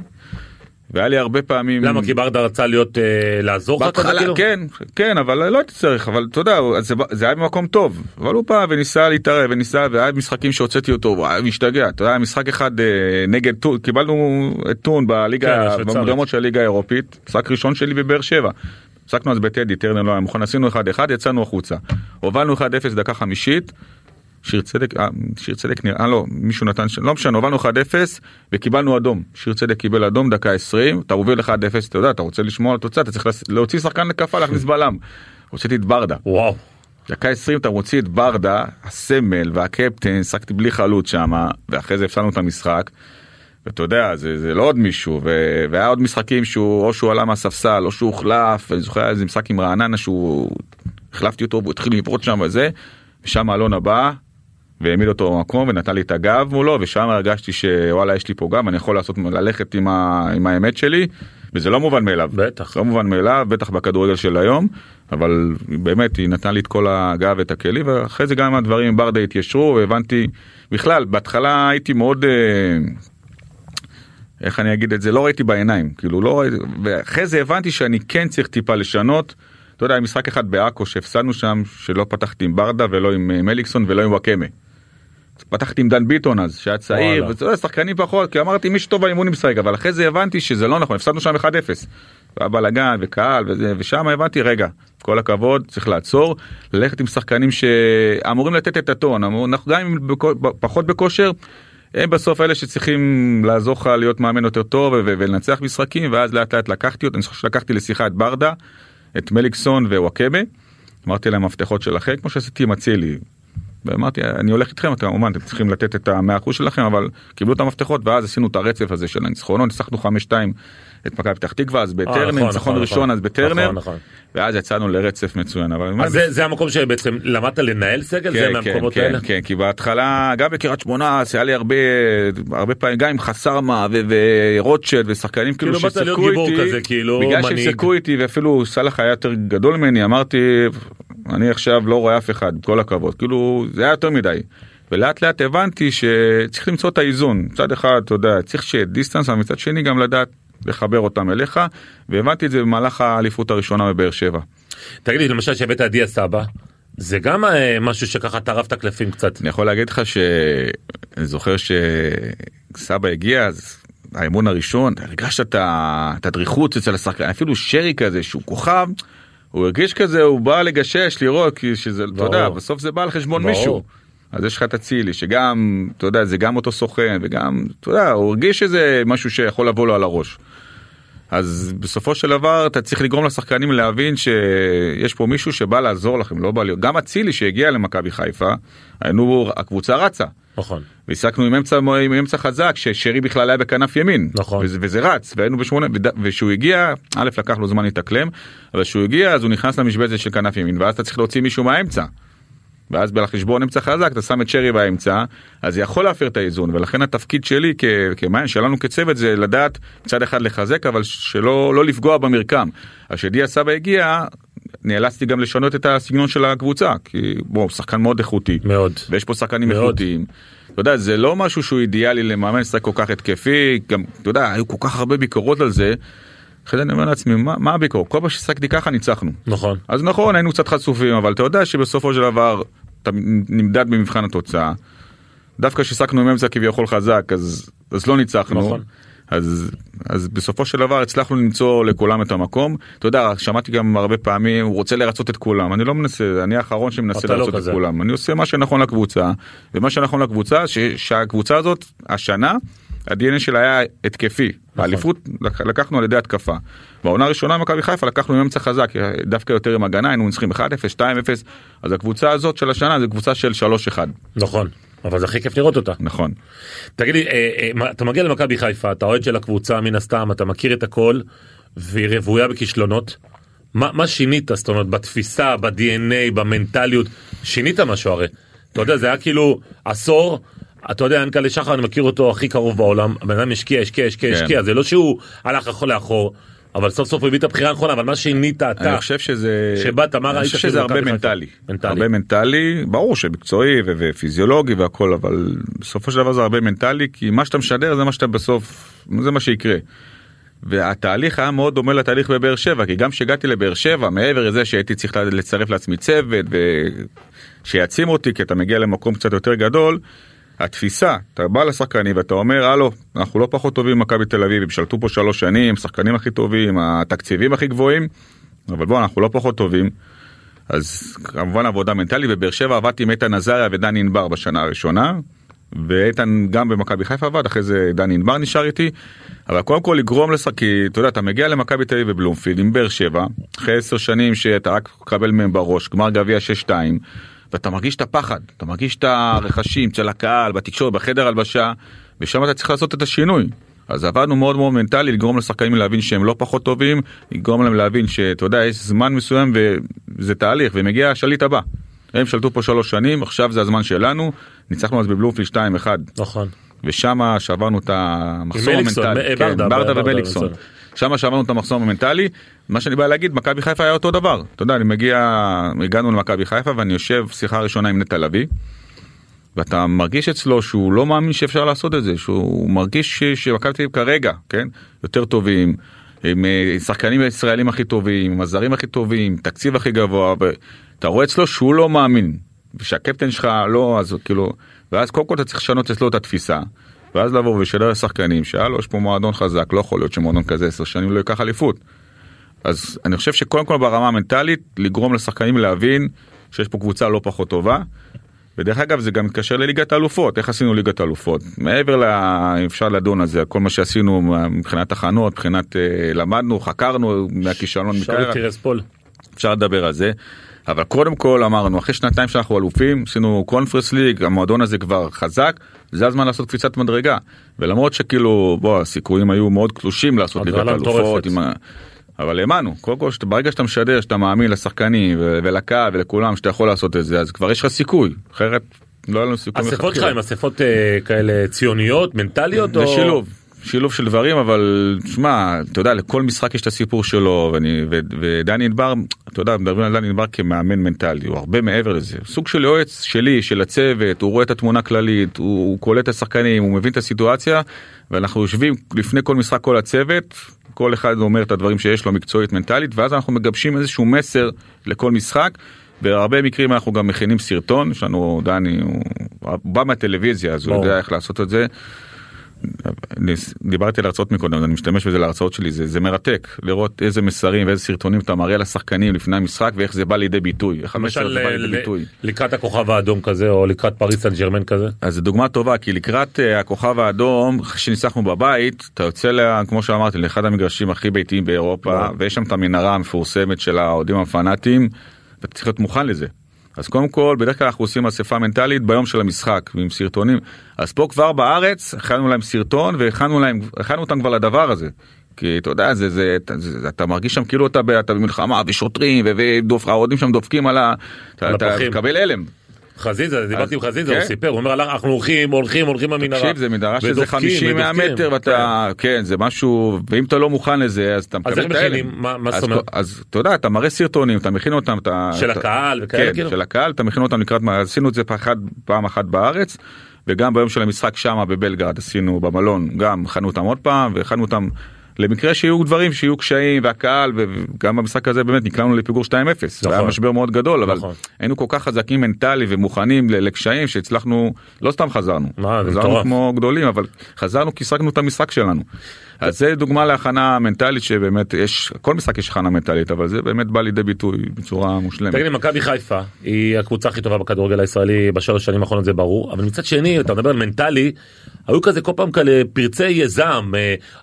והיה לי הרבה פעמים... למה? כי ברדה רצה לעזור לך? כן, אבל לא הייתי צריך, אבל אתה יודע, זה היה במקום טוב, אבל הוא בא וניסה להתערב, והיה משחקים שהוצאתי אותו, הוא היה משתגע, אתה יודע, משחק אחד נגד טון, קיבלנו את טון בליגה, במוקדמות של הליגה האירופית, משחק ראשון שלי בבאר שבע, משחקנו אז בטדי, טרנר לא היה מוכן, עשינו 1-1, יצאנו החוצה, הובלנו 1-0 דקה חמישית, שיר צדק נראה, לא, מישהו נתן, לא משנה, הובלנו 1-0 וקיבלנו אדום, שיר צדק קיבל אדום, דקה 20, אתה הוביל 1-0, אתה יודע, אתה רוצה לשמוע על תוצאה, אתה צריך להוציא שחקן לקפה, להכניס בלם, הוצאתי את ברדה, וואו, דקה 20 אתה מוציא את ברדה, הסמל והקפטן, שחקתי בלי חלוץ שם, ואחרי זה הפסדנו את המשחק, ואתה יודע, זה לא עוד מישהו, והיה עוד משחקים או שהוא עלה מהספסל, או שהוא הוחלף, אני זוכר איזה משחק עם רעננה שהוא, החלפתי אותו, והוא התחיל לפרוט שם וזה, ושם אלונה בא, והעמיד אותו במקום ונתן לי את הגב מולו, ושם הרגשתי שוואלה יש לי פה גם, אני יכול ללכת עם האמת שלי, וזה לא מובן מאליו. בטח. לא מובן מאליו, בטח בכדורגל של היום, אבל באמת היא נתן לי את כל הגב ואת הכלי, ואחרי זה גם הדברים עם ברדה התיישרו, והבנתי, בכלל, בהתחלה הייתי מאוד, איך אני אגיד את זה, לא ראיתי בעיניים, כאילו לא ראיתי, ואחרי זה הבנתי שאני כן צריך טיפה לשנות, אתה יודע, משחק אחד באקו שהפסדנו שם, שלא פתחתי עם ברדה ולא עם מליקסון ולא עם וואקמה. פתחתי עם דן ביטון אז, שהיה צעיר, וזה שחקנים פחות, כי אמרתי מי שטוב באימון משחק, אבל אחרי זה הבנתי שזה לא נכון, הפסדנו שם 1-0. והיה בלגן וקהל ושם הבנתי, רגע, כל הכבוד, צריך לעצור, ללכת עם שחקנים שאמורים לתת את הטון, אנחנו גם פחות בכושר, הם בסוף אלה שצריכים לעזור לך להיות מאמן יותר טוב ולנצח משחקים, ואז לאט לאט לקחתי אותם, אני חושב שלקחתי לשיחה את ברדה, את מליקסון ווואקמה, אמרתי להם מפתחות שלכם, כמו שעשיתי עם אצילי, ואמרתי, אני הולך איתכם, אתם צריכים לתת את ה100% שלכם, אבל קיבלו את המפתחות, ואז עשינו את הרצף הזה של הניצחונות, ניצחנו 5-2 את מכבי פתח תקווה, אז בטרנר, ניצחון ראשון אז בטרנר, ואז יצאנו לרצף מצוין. אז זה המקום שבעצם למדת לנהל סגל, זה מהמקומות האלה? כן, כי בהתחלה, גם בקריית שמונה, היה לי הרבה פעמים, גם עם חסרמה ורוטשילד ושחקנים כאילו שסקו איתי, בגלל שסקו איתי, ואפילו סלח היה יותר גדול ממני, אמרתי, אני עכשיו לא רואה אף אחד, כל הכבוד, כאילו זה היה יותר מדי, ולאט לאט הבנתי שצריך למצוא את האיזון, מצד אחד, אתה יודע, צריך שיהיה דיסטנס, אבל מצד שני גם לדעת לחבר אותם אליך, והבנתי את זה במהלך האליפות הראשונה בבאר שבע. תגיד לי, למשל שהבאת עדי הסבא, זה גם משהו שככה טרף את הקלפים קצת. אני יכול להגיד לך שאני זוכר שסבא הגיע, אז האימון הראשון, הרגשת את הדריכות אצל השחקן, אפילו שרי כזה שהוא כוכב, הוא הרגיש כזה, הוא בא לגשש, לראות, כי שזה, אתה יודע, בסוף זה בא על חשבון מישהו. אז יש לך את הצילי, שגם, אתה יודע, זה גם אותו סוכן, וגם, אתה יודע, הוא הרגיש שזה משהו שיכול לבוא לו על הראש. אז בסופו של דבר, אתה צריך לגרום לשחקנים להבין שיש פה מישהו שבא לעזור לכם, לא בא להיות. גם הצילי שהגיע למכבי חיפה, הקבוצה רצה. נכון. והסקנו עם אמצע חזק, ששרי בכלל היה בכנף ימין. נכון. וזה רץ, והיינו בשמונה, ושהוא הגיע, א' לקח לו זמן להתאקלם, אבל כשהוא הגיע, אז הוא נכנס למשבצת של כנף ימין, ואז אתה צריך להוציא מישהו מהאמצע. ואז בחשבון אמצע חזק, אתה שם את שרי באמצע, אז זה יכול להפר את האיזון, ולכן התפקיד שלי כמעין, שלנו כצוות, זה לדעת מצד אחד לחזק, אבל שלא לפגוע במרקם. אז כשדיה סבא הגיע, נאלצתי גם לשנות את הסגנון של הקבוצה, כי בוא, שחקן מאוד איכותי. מאוד. ויש פה שחקנים איכותיים. אתה יודע, זה לא משהו שהוא אידיאלי למאמן שחק כל כך התקפי, גם, אתה יודע, היו כל כך הרבה ביקורות על זה, אחרי זה אני אומר לעצמי, מה הביקורת? כל פעם ששחקתי ככה ניצחנו. נכון. אז נכון, היינו קצת חשופים, אבל אתה יודע שבסופו של דבר, אתה נמדד במבחן התוצאה. דווקא ששחקנו עם אמצע כביכול חזק, אז לא ניצחנו. נכון. אז בסופו של דבר הצלחנו למצוא לכולם את המקום. אתה יודע, שמעתי גם הרבה פעמים, הוא רוצה לרצות את כולם. אני לא מנסה, אני האחרון שמנסה לרצות את כולם. אני עושה מה שנכון לקבוצה, ומה שנכון לקבוצה, שהקבוצה הזאת, השנה, ה-DNA שלה היה התקפי. האליפות לקחנו על ידי התקפה. בעונה הראשונה מכבי חיפה לקחנו עם אמצע חזק, דווקא יותר עם הגנה, היינו צריכים 1-0, 2-0, אז הקבוצה הזאת של השנה זה קבוצה של 3-1. נכון. אבל זה הכי כיף לראות אותה. נכון. תגיד לי, אתה מגיע למכבי חיפה, אתה אוהד של הקבוצה מן הסתם, אתה מכיר את הכל, והיא רבויה בכישלונות. מה שינית, זאת אומרת, בתפיסה, ב-DNA, במנטליות, שינית משהו הרי. אתה יודע, זה היה כאילו עשור, אתה יודע, ינקלה שחר, אני מכיר אותו הכי קרוב בעולם, הבן אדם השקיע, זה לא שהוא הלך לאחור, אבל סוף סוף הביא את הבחירה הנכונה, אבל מה שינית אתה, אני חושב שזה, שבאת, מה ראית? אני חושב שזה הרבה מנטלי. הרבה מנטלי, ברור שמקצועי ופיזיולוגי והכל, אבל בסופו של דבר זה הרבה מנטלי, כי מה שאתה משדר זה מה שאתה בסוף, זה מה שיקרה. והתהליך היה מאוד דומה לתהליך בבאר שבע, כי גם שהגעתי לבאר שבע, מעבר לזה שהייתי צריך לצרף לעצמי צוות, ושיעצים אותי, כי אתה מגיע למקום קצת יותר גדול, התפיסה, אתה בא לשחקנים ואתה אומר, הלו, אנחנו לא פחות טובים ממכבי תל אביב, הם שלטו פה 3 שנים, שחקנים הכי טובים, התקציבים הכי גבוהים, אבל בוא, אנחנו לא פחות טובים. אז כמובן עבודה מנטלית, בבאר שבע עבדתי עם איתן עזריה ודני ענבר בשנה הראשונה, ואיתן גם במכבי חיפה עבד, אחרי זה דני ענבר נשאר איתי, אבל קודם כל לגרום לשחקי, אתה יודע, אתה מגיע למכבי תל אביב בבלומפילד עם באר שבע, אחרי 10 שנים שאתה רק קבל מהם בראש, גמר גביע 6-2, ואתה מרגיש את הפחד, אתה מרגיש את הרכשים של הקהל, בתקשורת, בחדר הלבשה, ושם אתה צריך לעשות את השינוי. אז עבדנו מאוד מאוד מנטלי, לגרום לשחקנים להבין שהם לא פחות טובים, לגרום להם להבין שאתה יודע, יש זמן מסוים וזה תהליך, ומגיע השליט הבא. הם שלטו פה 3 שנים, עכשיו זה הזמן שלנו, ניצחנו אז בבלומפילד 2-1. נכון. ושם שעברנו את המחסום המנטלי. ברדה ובליקסון. שם שעברנו את המחסום המנטלי. מה שאני בא להגיד, מכבי חיפה היה אותו דבר. אתה יודע, הגענו למכבי חיפה ואני יושב שיחה ראשונה עם נטע לביא, ואתה מרגיש אצלו שהוא לא מאמין שאפשר לעשות את זה, שהוא מרגיש שמכבי תל אביב כרגע, כן, יותר טובים, עם שחקנים הישראלים הכי טובים, עם הזרים הכי טובים, תקציב הכי גבוה, ואתה רואה אצלו שהוא לא מאמין, ושהקפטן שלך לא, אז כאילו, ואז קודם כל אתה צריך לשנות אצלו את התפיסה, ואז לבוא ושדר לשחקנים, שאלו, יש פה מועדון חזק, לא יכול להיות שמועדון כזה 10 שנים לא ייקח אליפות. אז אני חושב שקודם כל ברמה המנטלית, לגרום לשחקנים להבין שיש פה קבוצה לא פחות טובה, ודרך אגב זה גם מתקשר לליגת האלופות, איך עשינו ליגת האלופות? מעבר אפשר לדון על זה, כל מה שעשינו מבחינת תחנות, מבחינת למדנו, חקרנו מהכישלון מקרה, אפשר לדבר על זה, אבל קודם כל אמרנו, אחרי 2 שאנחנו אלופים, עשינו קונפרנס ליג, המועדון הזה כבר חזק, זה הזמן לעשות קפיצת מדרגה, ולמרות שכאילו, הסיכויים היו מאוד קלושים לעשות ליגת האלופות, אבל האמנו, קודם כל, ברגע שאתה משדר, שאתה מאמין לשחקנים ולקהל ולכולם שאתה יכול לעשות את זה, אז כבר יש לך סיכוי, אחרת לא היה לנו סיכוי. אספות שלך הם אספות כאלה ציוניות, מנטליות? זה שילוב של דברים, אבל תשמע, אתה יודע, לכל משחק יש את הסיפור שלו, ודני ענבר, אתה יודע, מדברים על דני ענבר כמאמן מנטלי, הוא הרבה מעבר לזה, סוג של יועץ שלי, של הצוות, הוא רואה את התמונה כללית, הוא קולט את השחקנים, הוא מבין את הסיטואציה, ואנחנו יושבים לפני כל משחק, כל הצוות, כל אחד אומר את הדברים שיש לו מקצועית מנטלית, ואז אנחנו מגבשים איזשהו מסר לכל משחק, בהרבה מקרים אנחנו גם מכינים סרטון, יש לנו דני, הוא בא מהטלוויזיה, אז הוא יודע איך לעשות את זה, דיברתי על הרצאות מקודם, אני משתמש בזה להרצאות שלי, זה מרתק, לראות איזה מסרים ואיזה סרטונים אתה מראה לשחקנים לפני המשחק, ואיך זה בא לידי ביטוי. למשל לקראת הכוכב האדום כזה, או לקראת פריס סן ז'רמן כזה? אז זו דוגמה טובה, כי לקראת הכוכב האדום, כשניסחנו בבית, אתה יוצא, כמו שאמרתי, לאחד המגרשים הכי ביתיים באירופה, ויש שם את המנהרה המפורסמת של האוהדים הפנאטים, ואתה צריך להיות מוכן לזה. אז קודם כל, בדרך כלל אנחנו עושים אספה מנטלית ביום של המשחק, עם סרטונים. אז פה כבר בארץ, הכנו להם סרטון, והכנו אותם כבר לדבר הזה. כי אתה יודע, אתה מרגיש שם כאילו אתה במלחמה, ושוטרים, והאוהדים שם דופקים על אתה מקבל אלם. חזיזה, דיברתי עם חזיזה, הוא סיפר, הוא אומר, אנחנו הולכים במנהרה. תקשיב, זה מנהרה שזה 50 מטר, ואתה, כן, זה משהו, ואם אתה לא מוכן לזה, אז אתה מקבל את האלם. מה זאת אומרת? אז אתה יודע, אתה מראה סרטונים, אתה מכין אותם, של הקהל וכאלה כאילו? כן, של הקהל, אתה מכין אותם לקראת, עשינו את זה פעם אחת בארץ, וגם ביום של המשחק שם בבלגרד, עשינו במלון, גם הכנו אותם עוד פעם, והכנו אותם למקרה שיהיו דברים, שיהיו קשיים, והקהל, וגם במשחק הזה באמת נקלענו לפיגור 2-0. זה היה משבר מאוד גדול, אבל היינו כל כך חזקים מנטלי ומוכנים לקשיים שהצלחנו, לא סתם חזרנו. חזרנו כמו גדולים, אבל חזרנו כי שחקנו את המשחק שלנו. אז זה דוגמה להכנה מנטלית שבאמת יש, כל משחק יש הכנה מנטלית, אבל זה באמת בא לידי ביטוי בצורה מושלמת. תגיד לי, מכבי חיפה היא הקבוצה הכי טובה בכדורגל הישראלי בשלוש שנים האחרונות, זה ברור, אבל מצד שני, אתה מדבר על מנטלי, היו כזה כל פעם כאלה פרצי יזם,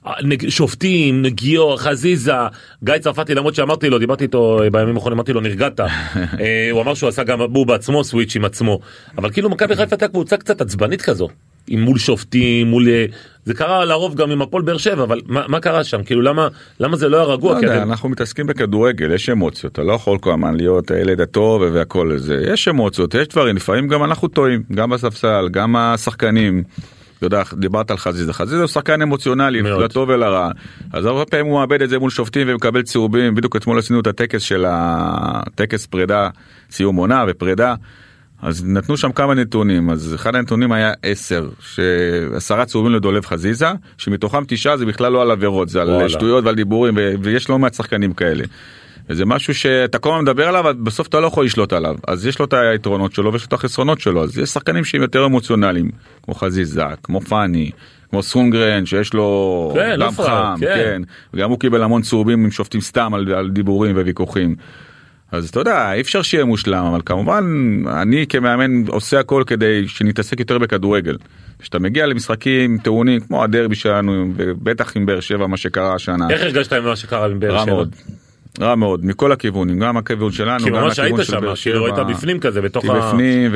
שופטים, גיאור, חזיזה, גיא צרפתי, למרות שאמרתי לו, דיברתי איתו בימים האחרונים, אמרתי לו, נרגעת. הוא אמר שהוא עשה גם הוא בעצמו סוויץ' עם עצמו, אבל כאילו מכבי חיפה הייתה קבוצה קצת עצבנית כזו. מול שופטים, זה קרה לרוב גם עם הפועל באר שבע, אבל מה קרה שם? כאילו למה זה לא היה רגוע? אנחנו מתעסקים בכדורגל, יש אמוציות, אתה לא יכול כל הזמן להיות הילד הטוב והכל הזה, יש אמוציות, יש דברים, לפעמים גם אנחנו טועים, גם בספסל, גם השחקנים, אתה יודע, דיברת על חזיזה, חזיזה הוא שחקן אמוציונלי, לטוב ולרע, אז הרבה פעמים הוא מאבד את זה מול שופטים ומקבל צהובים, בדיוק אתמול עשינו את הטקס של הטקס פרידה, סיום עונה ופרידה, אז נתנו שם כמה נתונים, אז אחד הנתונים היה 10, 10 צהובים לדולב חזיזה, שמתוכם 9 זה בכלל לא על עבירות, זה על שטויות ועל דיבורים, ויש לא מעט שחקנים כאלה. וזה משהו שאתה כל הזמן מדבר עליו, אבל בסוף אתה לא יכול לשלוט עליו, אז יש לו את היתרונות שלו ויש לו את החסרונות שלו, אז יש שחקנים שהם יותר אמוציונליים, כמו חזיזה, כמו פאני, כמו סונגרן, שיש לו דם חם, כן, וגם הוא קיבל המון צהובים עם שופטים סתם על דיבורים וויכוחים. אז אתה יודע, אי אפשר שיהיה מושלם, אבל כמובן, אני כמאמן עושה הכל כדי שנתעסק יותר בכדורגל. כשאתה מגיע למשחקים טעונים, כמו הדרבי שלנו, ובטח עם באר שבע, מה שקרה השנה. איך הרגשת עם מה שקרה עם באר שבע? רע מאוד, מכל הכיוונים, גם הכיוון שלנו, גם הכיוון של באר שבע. כאילו היית בפנים כזה, בתוך בפנים,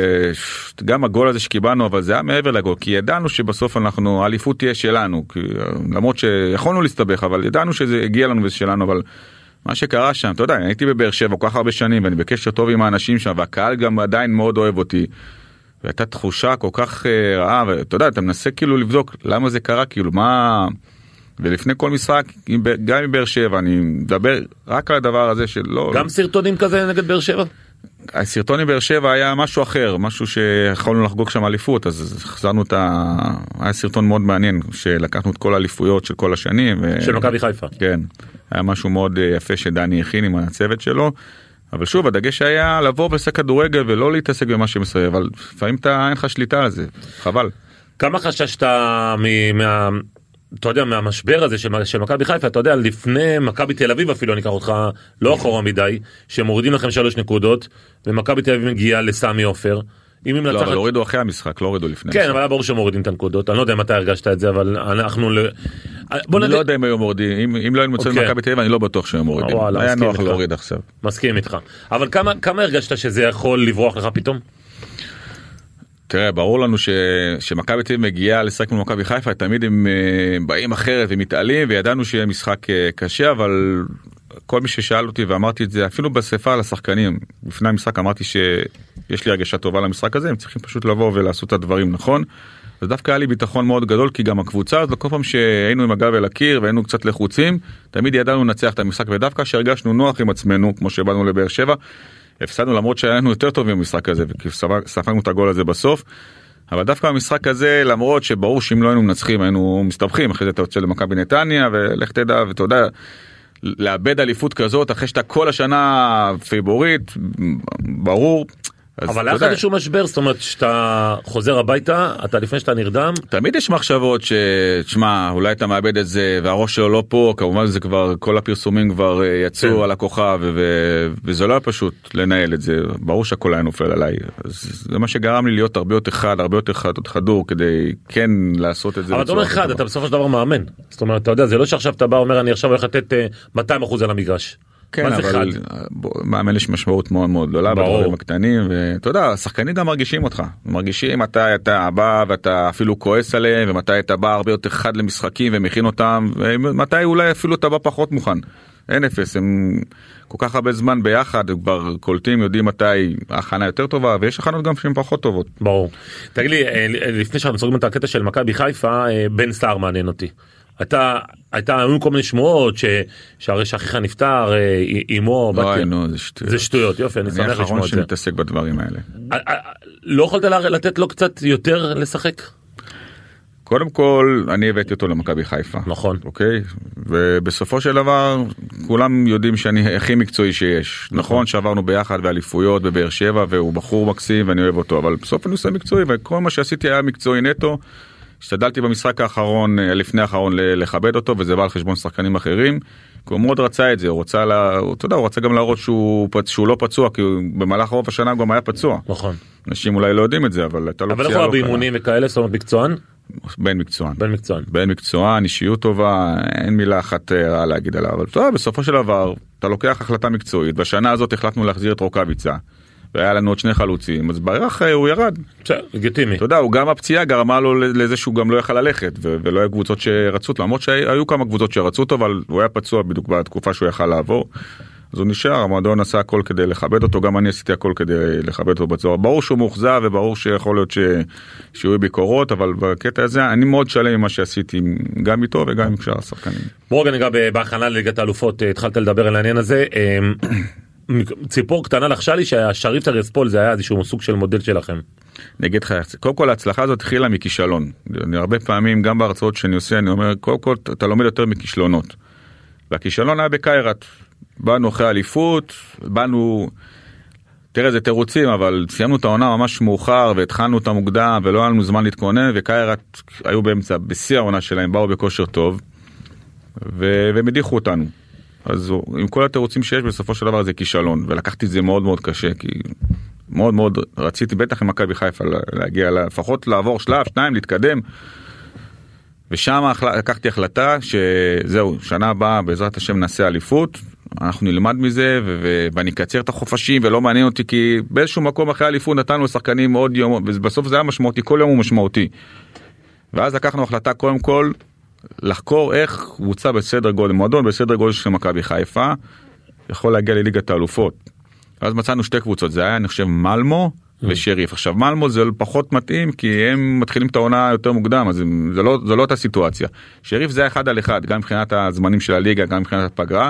וגם הגול הזה שקיבלנו, אבל זה היה מעבר לגול, כי ידענו שבסוף אנחנו, האליפות תהיה שלנו, למרות שיכולנו להסתבך, אבל ידענו שזה הגיע לנו וזה שלנו, אבל מה שקרה שם, אתה יודע, הייתי בבאר שבע כל כך הרבה שנים, ואני בקשר טוב עם האנשים שם, והקהל גם עדיין מאוד אוהב אותי, והייתה תחושה כל כך רעה, ואתה יודע, אתה מנסה כאילו לבדוק למה זה קרה, כאילו מה, ולפני כל משחק, גם עם באר שבע, אני מדבר רק על הדבר הזה שלא... גם סרטונים כזה נגד באר שבע? הסרטון עם באר שבע היה משהו אחר, משהו שיכולנו לחגוג שם אליפות, אז חזרנו היה סרטון מאוד מעניין, שלקחנו את כל האליפויות של כל השנים. של מכבי חיפה. כן, היה משהו מאוד יפה שדני הכין עם הצוות שלו, אבל שוב, הדגש היה לבוא ולשחק כדורגל ולא להתעסק במה שמסביב, אבל לפעמים אין לך שליטה על זה, חבל. כמה חששת אתה יודע, מהמשבר הזה של מכבי חיפה, אתה יודע, לפני מכבי תל אביב אפילו, אני אקח אותך לא אחורה מדי, שמורידים לכם 3 נקודות, ומכבי תל אביב מגיעה לסמי עופר. לא, אבל הורידו אחרי המשחק, לא הורידו לפני. כן, אבל היה ברור שמורידים את הנקודות, אני לא יודע אם אתה הרגשת את זה, אבל אנחנו... אני לא יודע אם היו מורידים, אם לא היינו מוצאים מכבי תל אביב, אני לא בטוח שהם מורידים. היה נוח להוריד עכשיו. מסכים איתך. אבל כמה הרגשת שזה יכול לברוח לך פתאום? תראה, ברור לנו שמכבי תל אביב מגיעה לשחק מול מכבי חיפה, תמיד הם באים אחרת ומתעלים, וידענו שיהיה משחק קשה, אבל כל מי ששאל אותי ואמרתי את זה, אפילו בספה לשחקנים, לפני המשחק אמרתי שיש לי הרגשה טובה למשחק הזה, הם צריכים פשוט לבוא ולעשות את הדברים נכון, אז דווקא היה לי ביטחון מאוד גדול, כי גם הקבוצה הזאת, כל פעם שהיינו עם הגב אל הקיר והיינו קצת לחוצים, תמיד ידענו לנצח את המשחק, ודווקא שהרגשנו נוח עם עצמנו, כמו שבאנו לבאר שבע, הפסדנו למרות שהיינו יותר טובים במשחק הזה, וספגנו את הגול הזה בסוף, אבל דווקא במשחק הזה, למרות שברור שאם לא היינו מנצחים, היינו מסתבכים, אחרי זה אתה יוצא למכבי נתניה, ולך תדע, ואתה יודע, לאבד אליפות כזאת, אחרי שאתה כל השנה פיבורית, ברור. אבל איך איזשהו משבר, זאת אומרת שאתה חוזר הביתה, אתה לפני שאתה נרדם? תמיד יש מחשבות ששמע, אולי אתה מאבד את זה, והראש שלו לא פה, כמובן זה כבר, כל הפרסומים כבר יצאו על הכוכב, וזה לא היה פשוט לנהל את זה, ברור שהכל היה נופל עליי, אז זה מה שגרם לי להיות הרבה יותר חד, הרבה יותר חדור, כדי כן לעשות את זה. אבל אתה אומר חד, אתה בסופו של דבר מאמן, זאת אומרת, אתה יודע, זה לא שעכשיו אתה בא אומר, אני עכשיו הולך לתת 200% על המגרש. כן, אבל מאמן יש משמעות מאוד מאוד גדולה בדברים הקטנים, ואתה יודע, השחקנים גם מרגישים אותך, מרגישים מתי אתה בא ואתה אפילו כועס עליהם, ומתי אתה בא הרבה יותר חד למשחקים ומכין אותם, ומתי אולי אפילו אתה בא פחות מוכן. אין אפס, הם כל כך הרבה זמן ביחד, הם כבר קולטים, יודעים מתי ההכנה יותר טובה, ויש הכנות גם שהן פחות טובות. ברור. תגיד לי, לפני שאנחנו סוגרים את הקטע של מכבי חיפה, בן סער מעניין אותי. היו כל מיני שמועות שהרי שאחיך נפטר, אימו, זה שטויות, יופי, אני שמח לשמוע את זה. אני האחרון שמתעסק בדברים האלה. לא יכולת לתת לו קצת יותר לשחק? קודם כל, אני הבאתי אותו למכבי חיפה. נכון. אוקיי? ובסופו של דבר, כולם יודעים שאני הכי מקצועי שיש. נכון שעברנו ביחד באליפויות בבאר שבע, והוא בחור מקסים ואני אוהב אותו, אבל בסוף אני עושה מקצועי, וכל מה שעשיתי היה מקצועי נטו. השתדלתי במשחק האחרון, לפני האחרון, לכבד אותו, וזה בא על חשבון שחקנים אחרים. כי הוא מאוד רצה את זה, הוא רצה גם להראות שהוא לא פצוע, כי במהלך רוב השנה גם היה פצוע. נכון. אנשים אולי לא יודעים את זה, אבל אתה לא פציעה. אבל איך הוא באימונים וכאלה, זאת אומרת מקצוען? בן מקצוען, אישיות טובה, אין מילה אחת רעה להגיד עליו, אבל טוב, בסופו של דבר, אתה לוקח החלטה מקצועית, בשנה הזאת החלטנו להחזיר את רוקאביצה, והיה לנו עוד 2 חלוצים, אז בערך הוא ירד. לגיטימי. אתה יודע, הוא גם הפציעה גרמה לו לזה שהוא גם לא יכל ללכת, ולא היה קבוצות שרצו אותו, למרות שהיו כמה קבוצות שרצו אותו, אבל הוא היה פצוע בדיוק בתקופה שהוא יכל לעבור. אז הוא נשאר, המועדון עשה הכל כדי לכבד אותו, גם אני עשיתי הכל כדי לכבד אותו בצורה. ברור שהוא מאוכזב, וברור שיכול להיות שיהיו ביקורות, אבל בקטע הזה אני מאוד שלם עם מה שעשיתי, גם איתו וגם עם שאר השחקנים. בואו ניגע בהכנה לליגת האלופות, התחלת לדבר על העניין הזה. ציפור קטנה לחשה לי שהשריף טרספול זה היה איזשהו סוג של מודל שלכם. אני אגיד לך, קודם כל ההצלחה הזאת התחילה מכישלון. אני הרבה פעמים, גם בהרצאות שאני עושה, אני אומר, קודם כל אתה לומד יותר מכישלונות. והכישלון היה בקיירת. באנו אחרי אליפות, תראה זה תירוצים, אבל סיימנו את העונה ממש מאוחר, והתחלנו אותה מוקדם, ולא היה לנו זמן להתכונן, וקיירת היו בשיא העונה שלהם, באו בכושר טוב, ומדיחו אותנו. אז עם כל התירוצים שיש, בסופו של דבר זה כישלון, ולקחתי את זה מאוד מאוד קשה, כי מאוד מאוד רציתי, בטח עם מכבי חיפה, להגיע, לפחות לעבור שלב, 2, להתקדם, ושם לקחתי החלטה שזהו, שנה הבאה בעזרת השם נעשה אליפות, אנחנו נלמד מזה ואני אקצר את החופשים ולא מעניין אותי, כי באיזשהו מקום אחרי אליפות נתנו לשחקנים עוד יום, ובסוף זה היה משמעותי, כל יום הוא משמעותי. ואז לקחנו החלטה קודם כל לחקור איך קבוצה בסדר גודל, מועדון בסדר גודל של מכבי חיפה יכול להגיע לליגת האלופות. אז מצאנו 2 קבוצות, זה היה אני חושב מלמו ושריף. עכשיו מלמו זה פחות מתאים כי הם מתחילים את העונה יותר מוקדם, אז זה לא אותה סיטואציה. שריף זה 1 על 1, גם מבחינת הזמנים של הליגה, גם מבחינת הפגרה.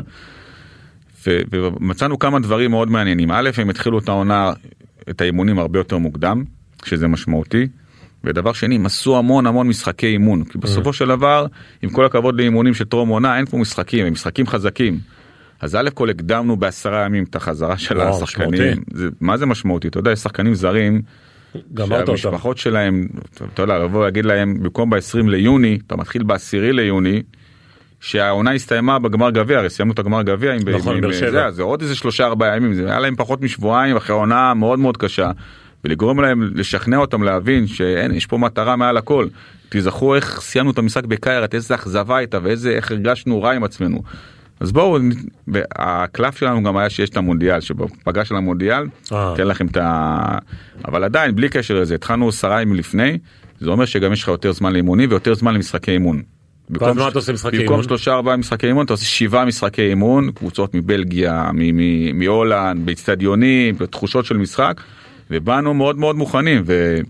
ומצאנו כמה דברים מאוד מעניינים. א', הם התחילו את העונה, את האימונים הרבה יותר מוקדם, שזה משמעותי. ודבר שני, הם עשו המון משחקי אימון. כי בסופו של דבר, עם כל הכבוד לאימונים של טרום עונה, אין פה משחקים, הם משחקים חזקים. אז א' כל הקדמנו ב10 ימים את החזרה של השחקנים. מה זה משמעותי? אתה יודע, יש שחקנים זרים, שהמשפחות שלהם, אתה יודע, לבוא להגיד להם, במקום ב-20 ליוני, אתה מתחיל ב10 ליוני, שהעונה הסתיימה בגמר גביע, הרי סיימנו את הגמר גביע, זה עוד איזה 3-4 ימים, זה היה להם פחות משבועיים, אחרי העונה מאוד מאוד קשה, ולגרום להם, לשכנע אותם להבין, שאין, יש פה מטרה מעל הכל, תזכרו איך סיימנו את המשחק בקיירת, איזה אכזבה הייתה, איך הרגשנו רע עם עצמנו, אז בואו, הקלף שלנו גם היה שיש את המונדיאל, שבפגש של המונדיאל, תן לכם את אבל עדיין, בלי קשר לזה, התחלנו 10 ימים לפני, זה אומר שגם יש לך יותר זמן לאימונים, ויותר זמן למשחקי אימון. במקום 3-4 משחקי אימון, אתה עושה 7 משחקי אימון, קבוצות מבלגיה, מהולנד, באצטדיונים, בתחושות של משחק, ובאנו מאוד מאוד מוכנים,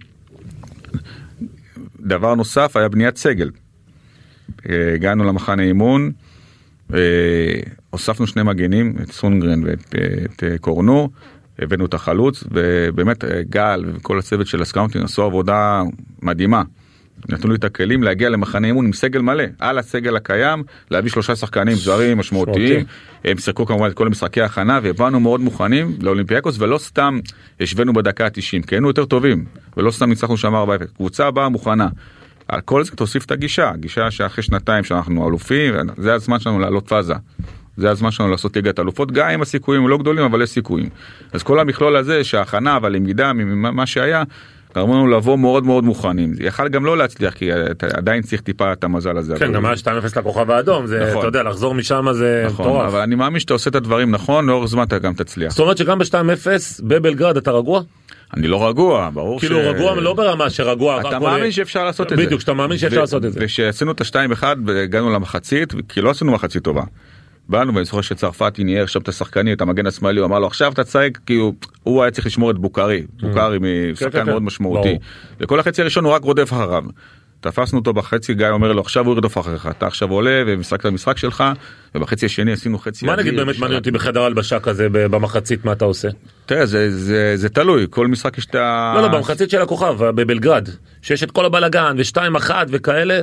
ודבר נוסף היה בניית סגל. הגענו למחנה אימון, הוספנו 2 מגנים, את סונגרן ואת קורנו, הבאנו את החלוץ, ובאמת גל וכל הצוות של הסקאונטינג עשו עבודה מדהימה. נתנו לי את הכלים להגיע למחנה אימון עם סגל מלא, על הסגל הקיים, להביא 3 שחקנים זרים משמעותיים, הם שיחקו כמובן את כל המשחקי ההכנה, ובאנו מאוד מוכנים לאולימפיאקוס, ולא סתם השווינו בדקה ה-90, כי היינו יותר טובים, ולא סתם ניצחנו שם 4-0, קבוצה הבאה מוכנה. על כל זה תוסיף את הגישה שאחרי 2 שאנחנו אלופים, זה הזמן שלנו לעלות פאזה. זה הזמן שלנו לעשות ליגת אלופות, גם אם הסיכויים לא גדולים, אבל יש סיכויים. אז כל המכלול הזה שההכנה והלמידה ממה שהיה, גרמו לנו לבוא מאוד מאוד מוכנים. זה יכל גם לא להצליח, כי עדיין צריך טיפה את המזל הזה. כן, גם היה 2-0 לכוכב האדום, זה, אתה יודע, לחזור משם זה מטורף. אבל אני מאמין שאתה עושה את הדברים נכון, לאורך זמן אתה גם תצליח. זאת אומרת שגם ב-2-0 בבלגרד אתה רגוע? אני לא רגוע, ברור כאילו רגוע לא ברמה שרגוע. אתה מאמין שאפשר לעשות את זה. בדיוק, שאתה מאמין שאפשר לעשות את זה. ושעשינו את ה-2-1 והגענו למחצית, כי לא עשינו מחצית טובה. באנו ואני זוכר שצרפתי ניער שם את השחקני, את המגן השמאלי, הוא אמר לו עכשיו אתה צייג, כי הוא היה צריך לשמור את בוקרי משחקן מאוד משמעותי. וכל החצי הראשון הוא רק רודף אחריו. תפסנו אותו בחצי, גיא אומר לו עכשיו הוא ירדוף אחריך, אתה עכשיו עולה ומשחק את המשחק שלך, ובחצי השני עשינו חצי... מה נגיד באמת מעניין אותי בחדר הלבשה כזה במחצית, מה אתה עושה? תראה, זה תלוי, כל משחק יש את ה... לא, במחצית של הכוכב, בבלגרד, שיש את כל הבלגן ו2-1 וכאלה,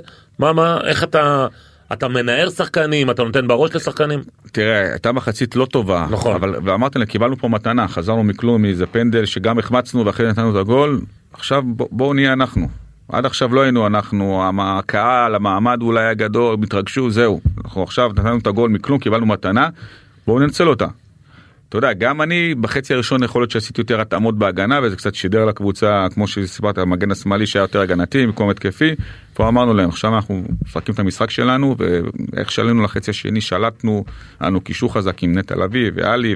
איך אתה מנער שחקנים, אתה נותן בראש לשחקנים? תראה, הייתה מחצית לא טובה, נכון. ואמרתי לה, קיבלנו פה מתנה, חזרנו מכלום, מאיזה פנדל שגם החמצנו ואחרי נתנו את הגול, עכשיו בואו נהיה אנחנו. עד עכשיו לא היינו אנחנו, הקהל, המעמד אולי היה גדול, מתרגשו, זהו. אנחנו עכשיו נתנו את הגול מכלום, קיבלנו מתנה, בואו ננצל אותה. אתה יודע, גם אני בחצי הראשון יכול להיות שעשיתי יותר התאמות בהגנה, וזה קצת שידר לקבוצה, כמו שסיפרת, המגן השמאלי שהיה יותר הגנתי, במקום התקפי. פה אמרנו להם, עכשיו אנחנו מפרקים את המשחק שלנו, ואיך שעלינו לחצי השני, שלטנו, לנו קישור חזק עם נטע לביא ואלי,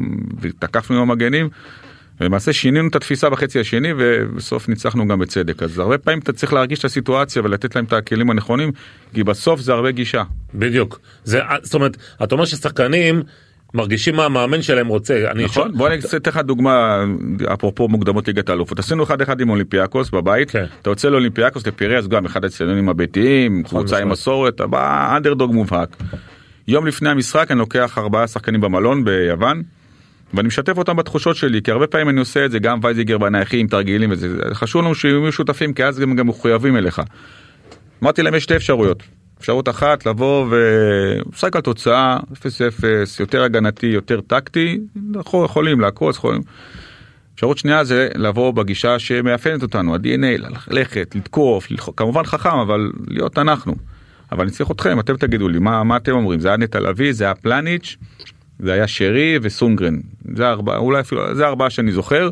ותקפנו עם המגנים, ולמעשה שינינו את התפיסה בחצי השני, ובסוף ניצחנו גם בצדק. אז הרבה פעמים אתה צריך להרגיש את הסיטואציה, ולתת להם את הכלים הנכונים, כי בסוף זה הרבה גישה. בדיוק. זאת אומרת, אתה אומר ששחקנים מרגישים מה המאמן שלהם רוצה. נכון, בוא אני אתן לך דוגמה, אפרופו מוקדמות ליגת האלופות. עשינו 1-1 עם אולימפיאקוס בבית, אתה יוצא לאולימפיאקוס, לפירס גם אחד האצטדיונים הביתיים, קבוצה עם מסורת, הבא אנדרדוג מובהק. יום לפני המשחק אני לוקח 4 שחקנים במלון ביוון, ואני משתף אותם בתחושות שלי, כי הרבה פעמים אני עושה את זה, גם וייזיגר בנייחים, תרגילים וזה, חשוב לנו שיהיו שותפים, כי אז גם מחויבים אליך. אמרתי להם, יש 2 אפשרויות. אפשרות אחת, לבוא ושחק על תוצאה, 0-0, יותר הגנתי, יותר טקטי, אנחנו יכולים לעקוץ, יכולים. אפשרות שנייה זה לבוא בגישה שמאפיינת אותנו, ה-DNA, ללכת, לתקוף, כמובן חכם, אבל להיות אנחנו. אבל אני צריך אתכם, אתם תגידו לי, מה אתם אומרים? זה היה נטע לביא, זה היה פלניץ', זה היה שרי וסונגרן. זה 4, אולי אפילו, זה 4 שאני זוכר.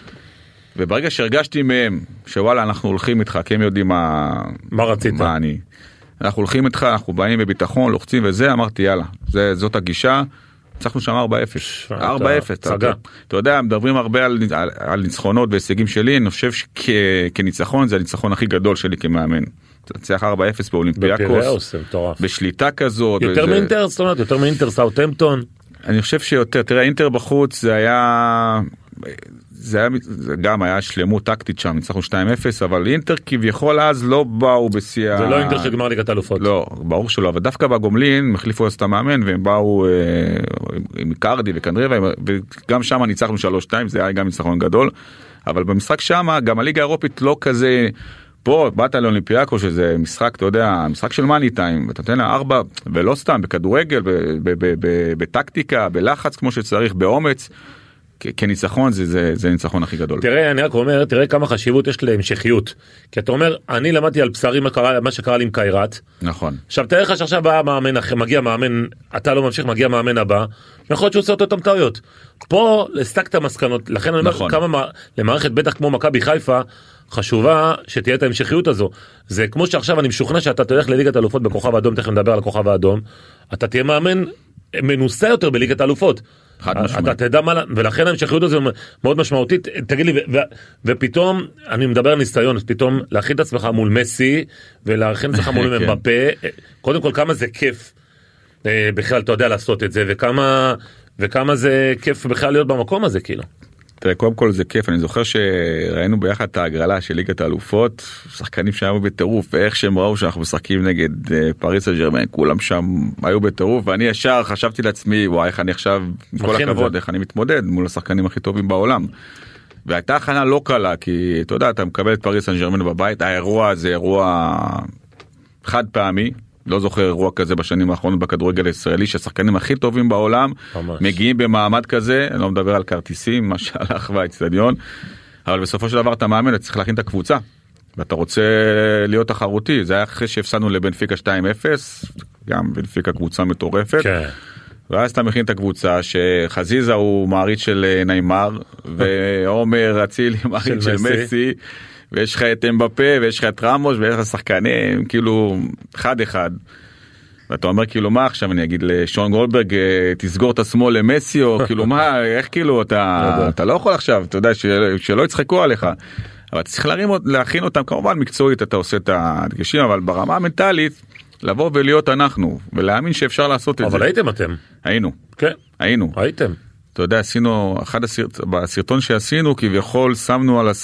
וברגע שהרגשתי מהם, שוואלה, אנחנו הולכים איתך, כי הם יודעים מה רצית. מה אני. אנחנו הולכים איתך, אנחנו באים בביטחון, לוחצים וזה, אמרתי יאללה, זאת הגישה, צריכנו שם 4-0. 4-0. אתה יודע, מדברים הרבה על ניצחונות והישגים שלי, אני חושב שכניצחון זה הניצחון הכי גדול שלי כמאמן. תצליח 4-0 באולימפיאקוס, בשליטה כזאת. יותר מאינטר, זאת אומרת, יותר מאינטר סאות'המפטון. אני חושב שיותר, תראה, אינטר בחוץ זה היה גם היה שלמות טקטית שם, ניצחנו 2-0, אבל אינטר כביכול אז לא באו בשיא... זה לא אינטר שגמר ליגת האלופות. לא, ברור שלא, אבל דווקא בגומלין מחליפו אז את המאמן, והם באו עם קרדי וקנדרבה, וגם שם ניצחנו 3-2, זה היה גם ניצחון גדול, אבל במשחק שם, גם הליגה האירופית לא כזה... פה באת לאולימפיאקו שזה משחק, אתה יודע, משחק של מאני טיים, ואתה נותן לה 4, ולא סתם, בכדורגל, בטקטיקה, בלחץ כמו שצריך, באומץ, כניצחון זה ניצחון הכי גדול. תראה, אני רק אומר, תראה כמה חשיבות יש להמשכיות. כי אתה אומר, אני למדתי על בשרי מה שקרה לי עם קיירת. נכון. עכשיו תראה לך שעכשיו בא מאמן, מגיע מאמן, אתה לא ממשיך, מגיע מאמן הבא, יכול להיות שהוא עושה אותם טעויות. פה לסתק המסקנות, לכן אני אומר כמה למערכת בטח כמו מכבי חיפה, חשובה שתהיה את ההמשכיות הזו. זה כמו שעכשיו אני משוכנע שאתה תלך לליגת האלופות בכוכב האדום, תכף נדבר על הכוכב האדום, אתה תהיה מאמן מנוסה יותר בליגת האלופות. אתה תדע מה, ולכן ההמשכיות הזו מאוד משמעותית. תגיד לי, ופתאום, אני מדבר על ניסיון, פתאום להכין את עצמך מול מסי, ולהכין את עצמך מול מבפה, קודם כל כמה זה כיף, בכלל אתה יודע לעשות את זה, וכמה זה כיף בכלל להיות במקום הזה, כאילו. תראה, קודם כל זה כיף, אני זוכר שראינו ביחד את ההגרלה של ליגת האלופות, שחקנים שהיו בטירוף, ואיך שהם ראו שאנחנו משחקים נגד פריס סן ז'רמן, כולם שם היו בטירוף, ואני ישר חשבתי לעצמי, וואי, איך אני עכשיו, עם כל הכבוד, איך אני מתמודד מול השחקנים הכי טובים בעולם. והייתה הכנה לא קלה, כי אתה יודע, אתה מקבל את פריס סן ז'רמן בבית, האירוע זה אירוע חד פעמי, לא זוכר אירוע כזה בשנים האחרונות בכדורגל הישראלי, שהשחקנים הכי טובים בעולם מגיעים במעמד כזה, אני לא מדבר על כרטיסים, מה שהלך באצטדיון, אבל בסופו של דבר אתה מאמן, אתה צריך להכין את הקבוצה, ואתה רוצה להיות תחרותי, זה היה אחרי שהפסדנו לבנפיקה 2-0, גם בנפיקה קבוצה מטורפת, ואז אתה מכין את הקבוצה שחזיזה הוא מעריץ של ניימר, ועומר אצילי מעריץ של מסי, ויש לך את אמבפה, ויש לך את רמוס, ויש לך שחקנים, כאילו, אחד. ואתה אומר, כאילו, מה עכשיו אני אגיד לשון גולדברג, תסגור את השמאל למסי, או כאילו, מה, איך כאילו, אתה לא יכול עכשיו, אתה יודע, שלא יצחקו עליך. אבל אתה צריך להכין אותם, כמובן מקצועית, אתה עושה את הדגשים, אבל ברמה המנטלית, לבוא ולהיות אנחנו, ולהאמין שאפשר לעשות את זה. אבל הייתם אתם. היינו. כן. היינו. הייתם. אתה יודע, עשינו, בסרטון שעשינו, כביכול שמנו על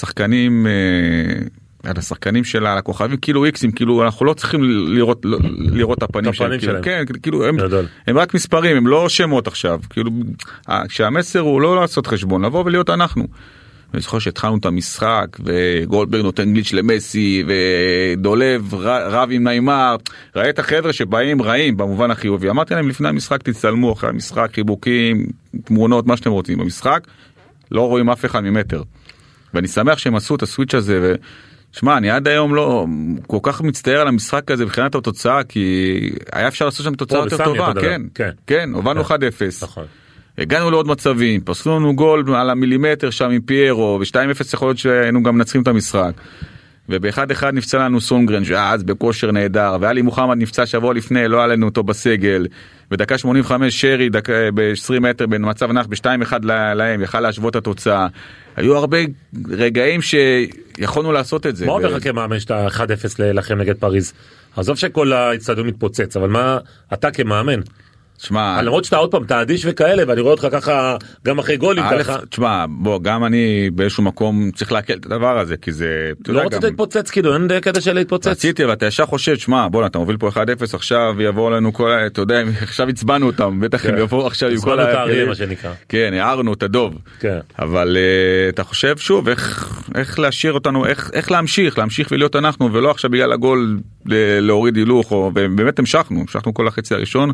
השחקנים שלה, על הכוכבים, כאילו איקסים, כאילו אנחנו לא צריכים לראות את הפנים שלהם. כן, כאילו הם רק מספרים, הם לא שמות עכשיו. כאילו, כשהמסר הוא לא לעשות חשבון, לבוא ולהיות אנחנו. אני זוכר שהתחלנו את המשחק, וגולדברג נותן גליץ' למסי, ודולב רב עם ניימר, ראית את החבר'ה שבאים רעים במובן החיובי. אמרתי להם לפני המשחק, תצלמו אחרי המשחק, חיבוקים, תמונות, מה שאתם רוצים. במשחק לא רואים אף אחד ממטר. ואני שמח שהם עשו את הסוויץ' הזה, ושמע, אני עד היום לא כל כך מצטער על המשחק הזה מבחינת התוצאה, כי היה אפשר לעשות שם תוצאה יותר טובה. כן, הובלנו 1-0. נכון. הגענו לעוד מצבים, פסלו לנו גול על המילימטר שם עם פיירו, ו2-0 יכול להיות שהיינו גם מנצחים את המשחק. וב1-1 נפצע לנו סונגרן, שאז בכושר נהדר, ואלי מוחמד נפצע שבוע לפני, לא עלינו אותו בסגל, בדקה 85 שרי, ב-20 מטר בין מצב נח, ב2-1 להם, יכל להשוות את התוצאה. היו הרבה רגעים שיכולנו לעשות את זה. מה עובר לך כמאמן שאתה 1-0 לכם נגד פריז? עזוב שכל האצטדיון מתפוצץ, אבל מה אתה כמאמן? למרות שאתה עוד פעם תעדיש וכאלה, ואני רואה אותך ככה גם אחרי גולים ככה. תשמע, בוא, גם אני באיזשהו מקום צריך להקל את הדבר הזה, כי זה... לא רצית להתפוצץ, כאילו, אין קטע של להתפוצץ. רציתי, ואתה ישר חושב, תשמע, בוא, אתה מוביל פה 1-0, עכשיו יבואו לנו כל ה... אתה יודע, עכשיו הצבנו אותם, בטח הם יבואו עכשיו... הצבנו את האריה, מה שנקרא. כן, הערנו את הדוב. אבל אתה חושב, שוב, איך להשאיר אותנו, איך להמשיך ולהיות אנחנו, ולא עכשיו בגלל הגול להוריד הילוך, ובאמת המשכנו כל החצי הראשון,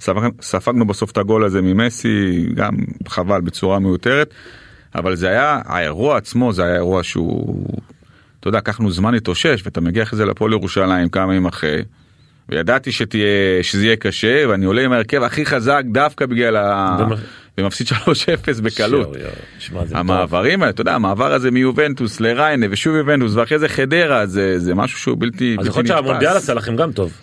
ספגנו בסוף את הגול הזה ממסי, גם חבל בצורה מיותרת, אבל זה היה, האירוע עצמו, זה היה אירוע שהוא, אתה יודע, לקחנו זמן להתאושש, ואתה מגיע אחרי זה לפועל ירושלים כמה ימים אחרי, וידעתי שזה יהיה קשה, ואני עולה עם ההרכב הכי חזק דווקא בגלל ומפסיד 3-0 בקלות. המעברים האלה, אתה יודע, המעבר הזה מיובנטוס לריינה, ושוב יובנטוס, ואחרי זה חדרה, זה משהו שהוא בלתי נתפס. אז יכול להיות שהמונדיאל עשה לכם גם טוב.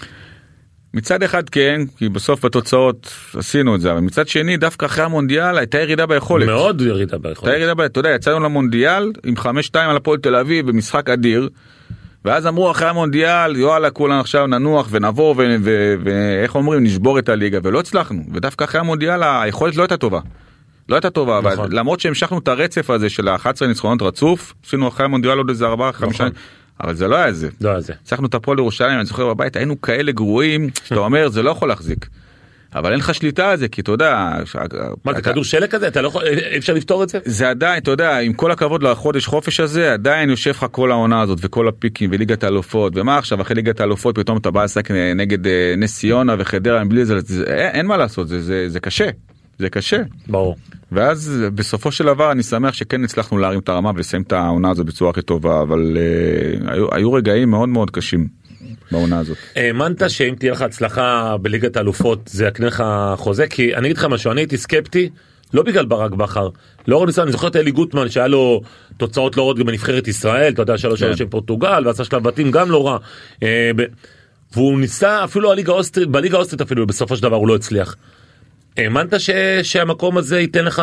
מצד אחד כן, כי בסוף בתוצאות עשינו את זה, אבל מצד שני, דווקא אחרי המונדיאל הייתה ירידה ביכולת. מאוד ירידה ביכולת. אתה יודע, יצאנו למונדיאל עם 5-2 על הפועל תל אביב במשחק אדיר, ואז אמרו אחרי המונדיאל, יואלה, כולנו עכשיו ננוח ונבוא, ואיך אומרים, נשבור את הליגה, ולא הצלחנו. ודווקא אחרי המונדיאל היכולת לא הייתה טובה. לא הייתה טובה, אבל למרות שהמשכנו את הרצף הזה של 11 ניצחונות רצוף, עשינו אחרי המונדיאל עוד איזה 4-5 אבל זה לא היה זה. לא היה זה. צריכנו את הפועל ירושלים, אני זוכר בבית, היינו כאלה גרועים, שאתה אומר, זה לא יכול להחזיק. אבל אין לך שליטה על זה, כי אתה יודע... מה, זה כדור שלג כזה? אתה לא יכול, אפשר לפתור את זה? זה עדיין, אתה יודע, עם כל הכבוד לחודש חופש הזה, עדיין יושב לך כל העונה הזאת, וכל הפיקים, וליגת האלופות, ומה עכשיו, אחרי ליגת האלופות, פתאום אתה בא לשחק נגד נס ציונה וחדרה, בלי זה, אין מה לעשות, זה קשה. זה קשה. ברור. ואז בסופו של דבר אני שמח שכן הצלחנו להרים את הרמה ולסיים את העונה הזאת בצורה הכי טובה, אבל היו רגעים מאוד מאוד קשים בעונה הזאת. האמנת שאם תהיה לך הצלחה בליגת האלופות זה יקנה לך חוזה? כי אני אגיד לך משהו, אני הייתי סקפטי, לא בגלל ברק בכר, לאור ניסיון, אני זוכר את אלי גוטמן שהיה לו תוצאות לא רעות גם בנבחרת ישראל, אתה יודע 3-3 עם פורטוגל, ועשה שלב בתים גם לא רע, והוא ניסה אפילו בליגה האוסטרית אפילו בסופו של דבר הוא לא הצליח. האמנת שהמקום הזה ייתן לך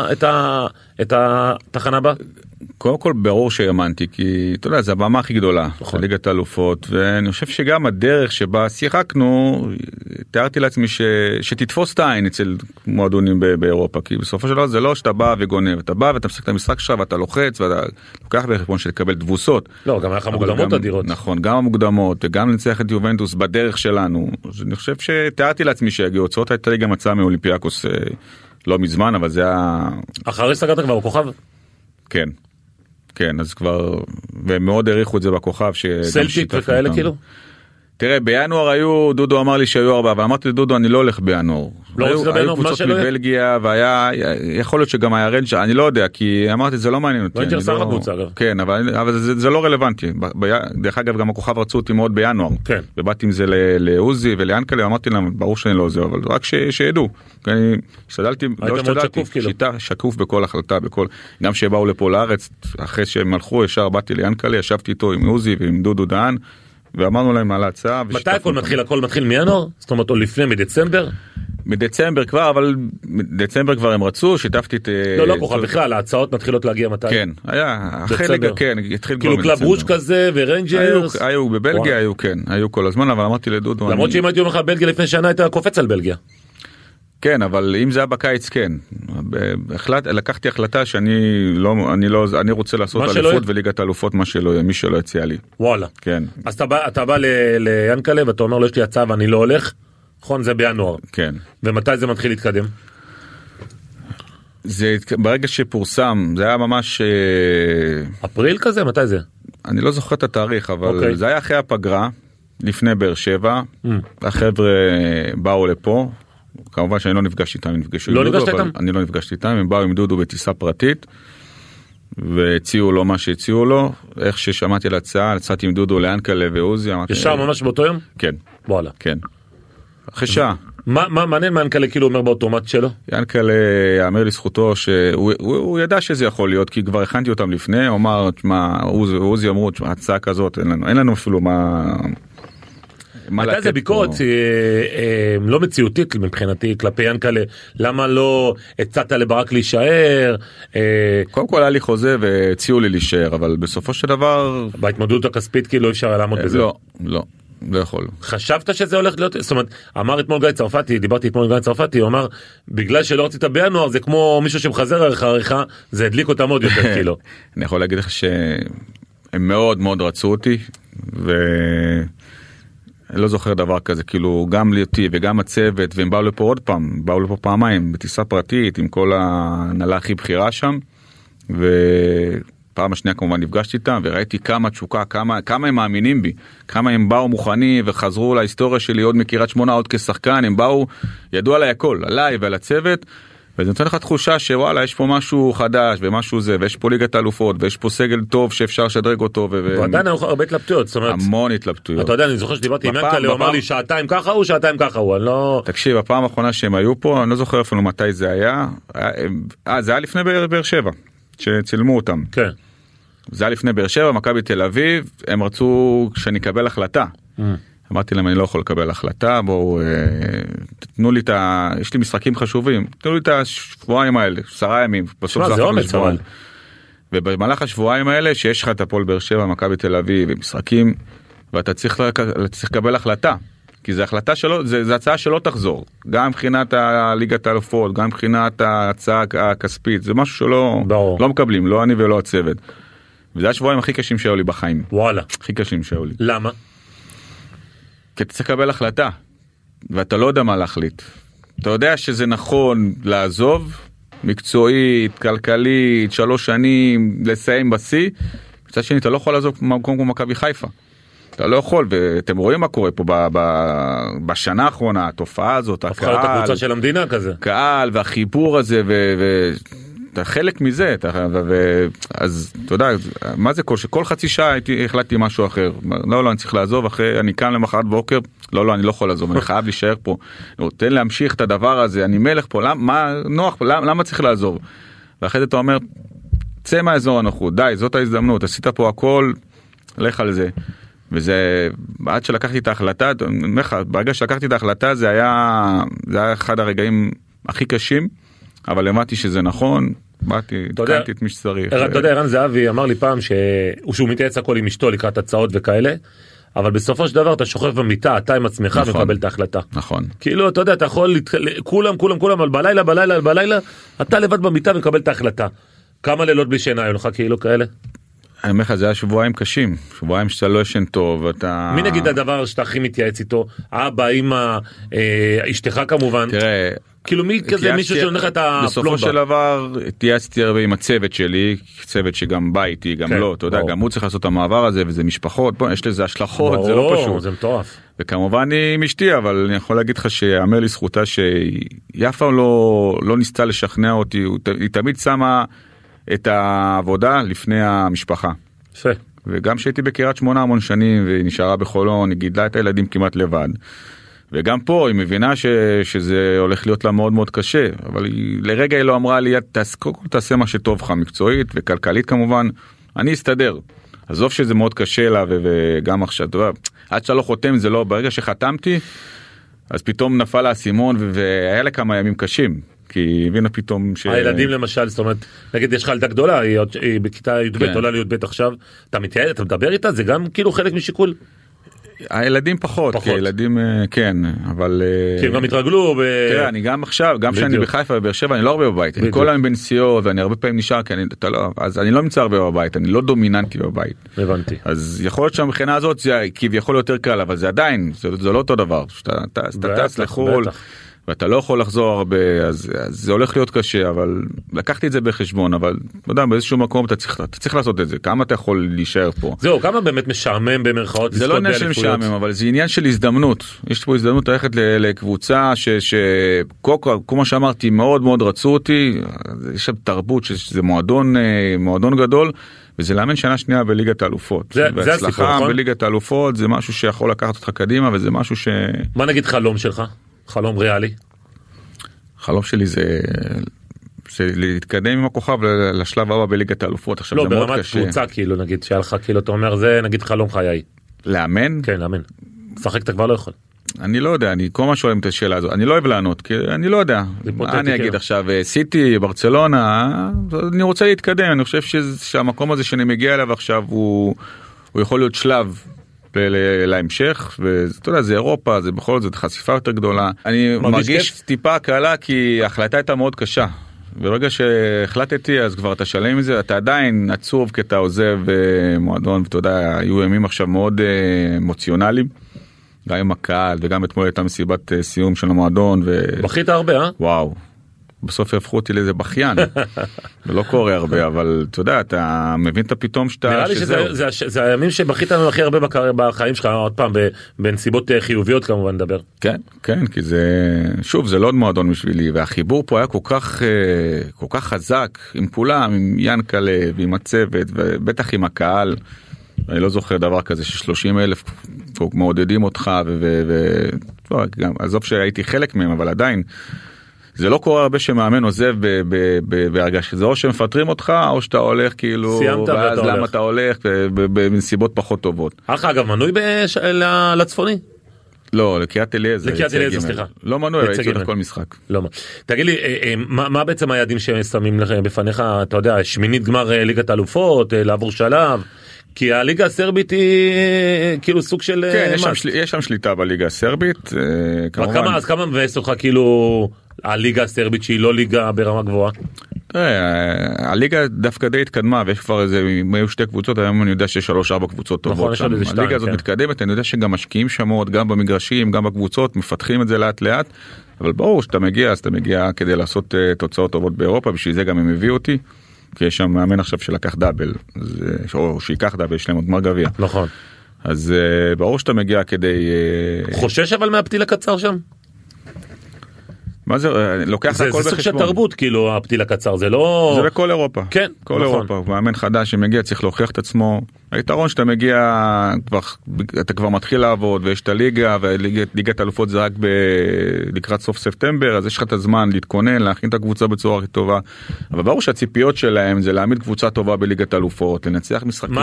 את התחנה בה? קודם כל ברור שהאמנתי, כי אתה יודע, זה הבמה הכי גדולה, זה ליגת האלופות, ואני חושב שגם הדרך שבה שיחקנו, תיארתי לעצמי שתתפוס את העין אצל מועדונים באירופה, כי בסופו של דבר זה לא שאתה בא וגונב, אתה בא ואתה משחק את המשחק שלך ואתה לוחץ, ואתה לוקח בחשבון שלקבל תבוסות. לא, גם היה לך מוקדמות אדירות. נכון, גם המוקדמות, וגם לנצח את יובנטוס בדרך שלנו. אז אני חושב שתיארתי לעצמי שהגיעו הוצאות, הייתה לי גם הצעה מאולימפיאקוס לא מזמן, אבל זה היה... אחרי סגרת כבר בכוכב? כן. כן, אז כבר, ומאוד העריכו את זה בכוכב. סלטיק וכאלה כאילו? תראה, בינואר דודו אמר לי שהיו 4, אבל אמרתי לדודו, אני לא הולך בינואר. היו קבוצות מבלגיה, והיה, יכול להיות שגם היה רנג'ר, אני לא יודע, כי אמרתי, זה לא מעניין אותי. רנג'ר שר הקבוצה, אגב. כן, אבל זה לא רלוונטי. דרך אגב, גם הכוכב רצו אותי מאוד בינואר. כן. ובאתי עם זה לעוזי וליאנקלה, אמרתי להם, ברור שאני לא עוזר, אבל רק שידעו. אני השתדלתי, לא השתדלתי, שיטה שקוף בכל החלטה, גם שבאו לפה לארץ, אחרי שהם הלכו, ישר באתי ליאנקלה, ישבתי איתו עם עוזי ועם דודו דהן, ואמרנו להם על ההצעה. מתי הכל מתחיל מינואר? זאת אומרת, או לפני, מדצמבר? מדצמבר כבר, אבל דצמבר כבר הם רצו, שיתפתי את... לא כוכב, בכלל, ההצעות מתחילות להגיע מתי? כן, היה, החלק, כן, התחיל כבר מדצמבר. כאילו קלאב רוש כזה ורנג'רס? היו בבלגיה, היו כן, היו כל הזמן, אבל אמרתי לדודו... למרות שאם הייתי אומר לך בלגיה לפני שנה, היית קופץ על בלגיה. כן, אבל אם זה היה בקיץ, כן. לקחתי החלטה שאני רוצה לעשות אליפות וליגת אלופות, מי שלא הציע לי. וואלה. כן. אז אתה בא ליאנקלה ואתה אומר לו, יש לי הצעה ואני לא הולך, נכון? זה בינואר. כן. ומתי זה מתחיל להתקדם? ברגע שפורסם, זה היה ממש... אפריל כזה? מתי זה? אני לא זוכר את התאריך, אבל זה היה אחרי הפגרה, לפני באר שבע, החבר'ה באו לפה, כמובן שאני לא נפגשתי איתם, אני לא נפגשתי איתם, הם באו עם דודו בטיסה פרטית, והציעו לו מה שהציעו לו, איך ששמעתי להצעה, יצאתי עם דודו ליאנקלה ועוזי. ישר ממש באותו יום? כן. וואלה. כן. אחרי שעה. מה מעניין מה יאנקלה כאילו אומר באוטומט שלו? יאנקלה יאמר לזכותו שהוא ידע שזה יכול להיות, כי כבר הכנתי אותם לפני, הוא אמר, עוזי אמרו, הצעה כזאת, אין לנו אפילו מה... הייתה איזה ביקורת לא מציאותית מבחינתי כלפי יאנקלה, למה לא הצעת לברק להישאר? קודם כל היה לי חוזה והציעו לי להישאר, אבל בסופו של דבר... בהתמודדות הכספית כאילו אפשר לעמוד בזה? לא יכול. חשבת שזה הולך להיות? זאת אומרת, אמר אתמול גיא צרפתי, דיברתי אתמול גיא צרפתי, הוא אמר, בגלל שלא רצית בינואר, זה כמו מישהו שמחזר עריכה, זה הדליק אותם עוד יותר כאילו. אני יכול להגיד לך שהם מאוד מאוד רצו אותי, אני לא זוכר דבר כזה, כאילו גם לי וגם הצוות, והם באו לפה עוד פעם, באו לפה פעמיים, בטיסה פרטית, עם כל ההנהלה הכי בכירה שם, ופעם השנייה כמובן נפגשתי איתם, וראיתי כמה תשוקה, כמה הם מאמינים בי, כמה הם באו מוכנים, וחזרו להיסטוריה שלי עוד מקריית שמונה, עוד כשחקן, הם באו, ידעו עליי הכל, עליי ועל הצוות, וזה נותן לך תחושה שוואלה, יש פה משהו חדש ומשהו זה, ויש פה ליגת אלופות, ויש פה סגל טוב שאפשר לשדרג אותו. ועדיין היו הרבה התלבטויות, זאת אומרת... המון התלבטויות. אתה יודע, אני זוכר שדיברתי עם יאנקלה, הוא אמר לי שעתיים ככה הוא, שעתיים ככה הוא, אני לא... תקשיב, הפעם האחרונה שהם היו פה, אני לא זוכר אפילו מתי זה היה, זה היה לפני באר שבע, שצילמו אותם. כן. זה היה לפני באר שבע, מכבי תל אביב, הם רצו שאני אקבל החלטה. אמרתי להם, אני לא יכול לקבל החלטה, בואו, תתנו לי יש לי משחקים חשובים, תתנו לי את השבועיים האלה, 10 ימים, בסוף זה אחרי שבועיים. ובמהלך השבועיים האלה, שיש לך את הפועל באר שבע, מכבי תל אביב, ומשחקים, ואתה צריך לקבל החלטה, כי זו החלטה שלא, זו הצעה שלא תחזור, גם מבחינת הליגת האלופות, גם מבחינת ההצעה הכספית, זה משהו שלא לא מקבלים, לא אני ולא הצוות. וזה השבועיים הכי קשים שהיו לי בחיים. וואלה. הכי קשים שהיו לי. למה? כי אתה צריך לקבל החלטה, ואתה לא יודע מה להחליט. אתה יודע שזה נכון לעזוב, מקצועית, כלכלית, 3 שנים, לסיים בשיא, מצד שני אתה לא יכול לעזוב במקום כמו מכבי חיפה. אתה לא יכול, ואתם רואים מה קורה פה בשנה האחרונה, התופעה הזאת, הקהל. הפכה את הקבוצה של המדינה כזה. קהל, והחיבור הזה, אתה חלק מזה, אז אתה יודע, מה זה כל חצי שעה החלטתי משהו אחר, לא, אני צריך לעזוב, אני קם למחרת בוקר, לא, אני לא יכול לעזוב, אני חייב להישאר פה, תן להמשיך את הדבר הזה, אני מלך פה, למה צריך לעזוב? ואחרי זה אתה אומר, צא מהאזור הנוחות, די, זאת ההזדמנות, עשית פה הכל, לך על זה. וזה, עד שלקחתי את ההחלטה, ברגע שלקחתי את ההחלטה, זה היה אחד הרגעים הכי קשים, אבל למדתי שזה נכון, תקנתי את מי שצריך. אתה יודע, ערן זהבי אמר לי פעם שהוא מתייעץ הכל עם אשתו לקראת הצעות וכאלה, אבל בסופו של דבר אתה שוכב במיטה, אתה עם עצמך ומקבל את ההחלטה. נכון. כאילו, אתה יודע, אתה יכול, כולם, אבל בלילה, אתה לבד במיטה ומקבל את ההחלטה. כמה לילות בלי שינה היו לך כאילו כאלה? אני אומר לך, זה היה שבועיים קשים, שבועיים שאתה לא ישן טוב, אתה... מי נגיד הדבר שאתה הכי מתייעץ איתו? אבא, אמא, אשתך כמובן? תראה, כאילו מי כזה מישהו שנותן את הפלומבה? בסופו של דבר תייסתי הרבה עם הצוות שלי, צוות שגם בא איתי, גם לא, אתה יודע, גם הוא צריך לעשות את המעבר הזה, וזה משפחות, יש לזה השלכות, זה לא פשוט. זה מטורף. וכמובן עם אשתי, אבל אני יכול להגיד לך שיאמר לי זכותה שהיא אף פעם לא ניסתה לשכנע אותי, היא תמיד שמה את העבודה לפני המשפחה. יפה. וגם שהייתי בקריית שמונה המון שנים, והיא נשארה בחולון, היא גידלה את הילדים כמעט לבד. וגם פה היא מבינה שזה הולך להיות לה מאוד מאוד קשה, אבל לרגע היא לא אמרה לי, תעשה מה שטוב לך מקצועית וכלכלית כמובן, אני אסתדר. עזוב שזה מאוד קשה לה, וגם עכשיו, אתה יודע, עד שאתה לא חותם זה לא, ברגע שחתמתי, אז פתאום נפל האסימון, והיה לה כמה ימים קשים, כי הבינה פתאום הילדים למשל, זאת אומרת, נגיד יש לך ילדה גדולה, היא בכיתה י"ב, עולה לי"ב עכשיו, אתה מתייעד, אתה מדבר איתה, זה גם כאילו חלק משיקול? הילדים פחות, כי הילדים כן, אבל כי הם גם התרגלו. תראה, אני גם עכשיו, גם שאני בחיפה ובאר שבע, אני לא הרבה בבית, אני כל היום בנסיעות ואני הרבה פעמים נשאר, אז אני לא נמצא הרבה בבית, אני לא דומיננטי בבית. הבנתי. אז יכול להיות שהמבחינה הזאת זה כביכול יותר קל, אבל זה עדיין, זה לא אותו דבר, שאתה טס לחול ואתה לא יכול לחזור הרבה, אז זה הולך להיות קשה, אבל לקחתי את זה בחשבון, אבל לא יודע, באיזשהו מקום אתה צריך לעשות את זה, כמה אתה יכול להישאר פה. זהו, כמה באמת משעמם במרכאות? זה לא עניין של משעמם, אבל זה עניין של הזדמנות. יש פה הזדמנות ללכת לקבוצה כל מה שאמרתי, מאוד מאוד רצו אותי, יש שם תרבות שזה מועדון גדול, וזה לאמן שנה שנייה בליגת האלופות. זה הסיפור, נכון? בליגת האלופות זה משהו שיכול לקחת אותך קדימה, וזה משהו מה נגיד חלום שלך? חלום ריאלי? חלום שלי זה להתקדם עם הכוכב לשלב הבא בליגת האלופות. עכשיו לא, זה מאוד ברמת קשה. קבוצה כאילו, נגיד, שהיה לך כאילו, אתה אומר, זה נגיד חלום חיי. לאמן? כן, לאמן. שחק אתה כבר לא יכול. אני לא יודע, אני כל מה שואלים את השאלה הזאת, אני לא אוהב לענות, כי אני לא יודע. מה אני אגיד עכשיו, סיטי, ברצלונה, אני רוצה להתקדם, אני חושב שהמקום הזה שאני מגיע אליו עכשיו הוא יכול להיות שלב להמשך, ואתה יודע, זה אירופה, זה בכל זאת חשיפה יותר גדולה. אני מרגיש טיפה קלה, כי ההחלטה הייתה מאוד קשה. ברגע שהחלטתי, אז כבר אתה שלם מזה, אתה עדיין עצוב כי אתה עוזב מועדון, ואתה יודע, היו ימים עכשיו מאוד אמוציונליים, גם עם הקהל, וגם אתמול הייתה מסיבת סיום של המועדון. בכית הרבה, אה? וואו. בסוף הפכו אותי לאיזה בכיין, ולא קורה הרבה, אבל אתה יודע, אתה מבין את הפתאום שאתה... נראה לי שזה הימים שבכית הכי הרבה בחיים שלך, עוד פעם, בנסיבות חיוביות כמובן נדבר. כן, כן, כי זה, שוב, זה לא עוד מועדון בשבילי, והחיבור פה היה כל כך חזק, עם כולם, עם ינקלה, ועם הצוות, ובטח עם הקהל, אני לא זוכר דבר כזה, ש30,000 מעודדים אותך, עזוב שהייתי חלק מהם, אבל עדיין, זה לא קורה הרבה שמאמן עוזב בהרגש, זה או שמפטרים אותך, או שאתה הולך כאילו, ואז למה אתה הולך, בנסיבות פחות טובות. אגב, מנוי לצפוני? לא, לקריית אליעזר. לקריית אליעזר, סליחה. לא מנוי, הייתי הולך כל משחק. לא. תגיד לי, מה בעצם היעדים ששמים בפניך, אתה יודע, שמינית גמר ליגת האלופות, לעבור שלב? כי הליגה הסרבית היא כאילו סוג של... כן, יש שם שליטה בליגה הסרבית. אז כמה מבאס אותך כאילו הליגה הסרבית שהיא לא ליגה ברמה גבוהה? הליגה דווקא די התקדמה, ויש כבר איזה, היו שתי קבוצות, היום אני יודע שיש 3-4 קבוצות טובות שם. הליגה הזאת מתקדמת, אני יודע שגם משקיעים שם מאוד, גם במגרשים, גם בקבוצות, מפתחים את זה לאט לאט, אבל ברור שאתה מגיע, אז אתה מגיע כדי לעשות תוצאות טובות באירופה, בשביל זה גם הם הביאו אותי. כי יש שם מאמן עכשיו שלקח דאבל, או שיקח דאבל, יש להם עוד גמר גביע. נכון. אז ברור שאתה מגיע כדי... חושש אבל מהפתיל הקצר שם? מה זה? לוקח הכל בחשבון. זה סוג של תרבות, כאילו, הפתיל הקצר, זה לא... זה בכל אירופה. כן, כל אירופה. מאמן חדש שמגיע צריך להוכיח את עצמו. היתרון שאתה מגיע, אתה כבר מתחיל לעבוד, ויש את הליגה, וליגת האלופות זה רק לקראת סוף ספטמבר, אז יש לך את הזמן להתכונן, להכין את הקבוצה בצורה הכי טובה. אבל ברור שהציפיות שלהם זה להעמיד קבוצה טובה בליגת האלופות, לנצח משחקים,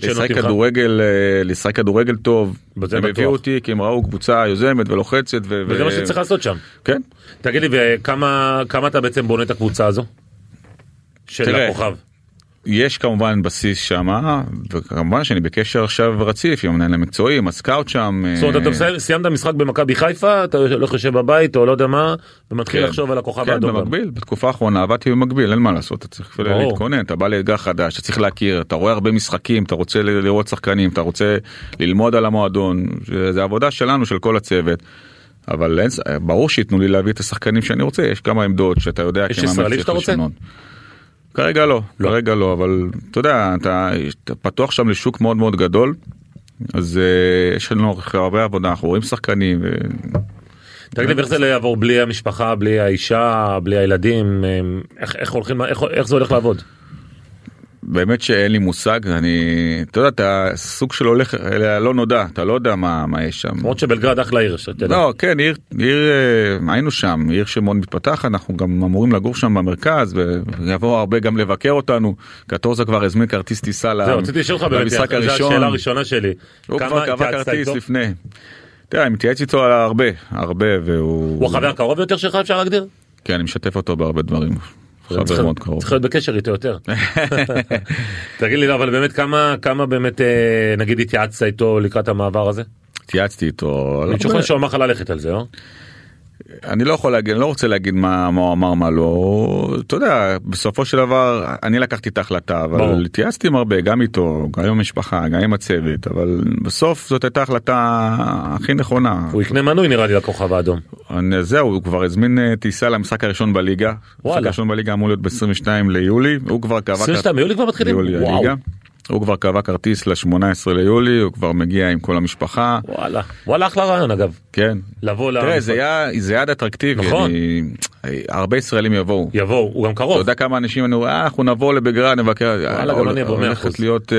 לשחק כדורגל טוב. הם הביאו אותי כי הם ראו קבוצה יוזמת ולוחצת. וזה מה שצריך לעשות שם. כן. תגיד לי, וכמה אתה בעצם בונה את הקבוצה הזו? של הכוכב? יש כמובן בסיס שם, וכמובן שאני בקשר עכשיו רציף עם המנהל המקצועי, עם הסקאוט שם. זאת אומרת, אתה סיימת משחק במכבי חיפה, אתה לא חושב בבית או לא יודע מה, ומתחיל לחשוב על הכוכב האדום. כן, במקביל, בתקופה האחרונה עבדתי במקביל, אין מה לעשות, אתה צריך להתכונן, אתה בא לאתגר חדש, אתה צריך להכיר, אתה רואה הרבה משחקים, אתה רוצה לראות שחקנים, אתה רוצה ללמוד על המועדון, זה עבודה שלנו, של כל הצוות. אבל ברור שיתנו לי להביא את השחקנים שאני רוצה, יש כמה עמדות שאתה יודע יש ישראלי שאתה רוצה? כרגע לא, אבל אתה יודע, אתה פתוח שם לשוק מאוד מאוד גדול, אז יש לנו הרבה עבודה, אנחנו רואים שחקנים. תגיד לי, איך זה יעבור בלי המשפחה, בלי האישה, בלי הילדים, איך זה הולך לעבוד? באמת שאין לי מושג, אתה יודע, אתה סוג של הולך, לא נודע, אתה לא יודע מה יש שם. למרות שבלגרד אחלה עיר, שאתה יודע. לא, כן, היינו שם, עיר שמאוד מתפתחת, אנחנו גם אמורים לגור שם במרכז, ויבואו הרבה גם לבקר אותנו, קטורזה כבר הזמין כרטיס טיסה למשחק הראשון. זו השאלה הראשונה שלי. הוא כבר קבע כרטיס לפני. תראה, אני מתייעץ איתו הרבה, והוא... הוא החבר הקרוב יותר שלך, אפשר להגדיר? כן, אני משתף אותו בהרבה דברים. צריך להיות בקשר איתו יותר. תגיד לי, לא, אבל באמת כמה באמת נגיד התייעצת איתו לקראת המעבר הזה? התייעצתי איתו. אני חושב שהוא אמר לך ללכת על זה, לא? אני לא יכול להגיד, אני לא רוצה להגיד מה הוא אמר, מה לא. אתה יודע, בסופו של דבר אני לקחתי את ההחלטה, אבל התייעצתי עם הרבה, גם איתו, גם עם המשפחה, גם עם הצוות, אבל בסוף זאת הייתה ההחלטה הכי נכונה. הוא יקנה מנוי נראה לי לכוכב האדום. זהו, הוא כבר הזמין טיסה למשחק הראשון בליגה. המשחק הראשון בליגה אמור להיות ב-22 ליולי, הוא כבר קבע... 22 ליולי כבר מתחילים? וואו. הוא כבר קבע כרטיס ל-18 ליולי, הוא כבר מגיע עם כל המשפחה. וואלה, אחלה רעיון אגב. כן. לבוא תראה, זה יעד אטרקטיבי. נכון. הרבה ישראלים יבואו. הוא גם קרוב. אתה יודע כמה אנשים אנחנו נבוא לבלגרד, נבקר. וואלה, גם אני אבוא 100%. הולכת להיות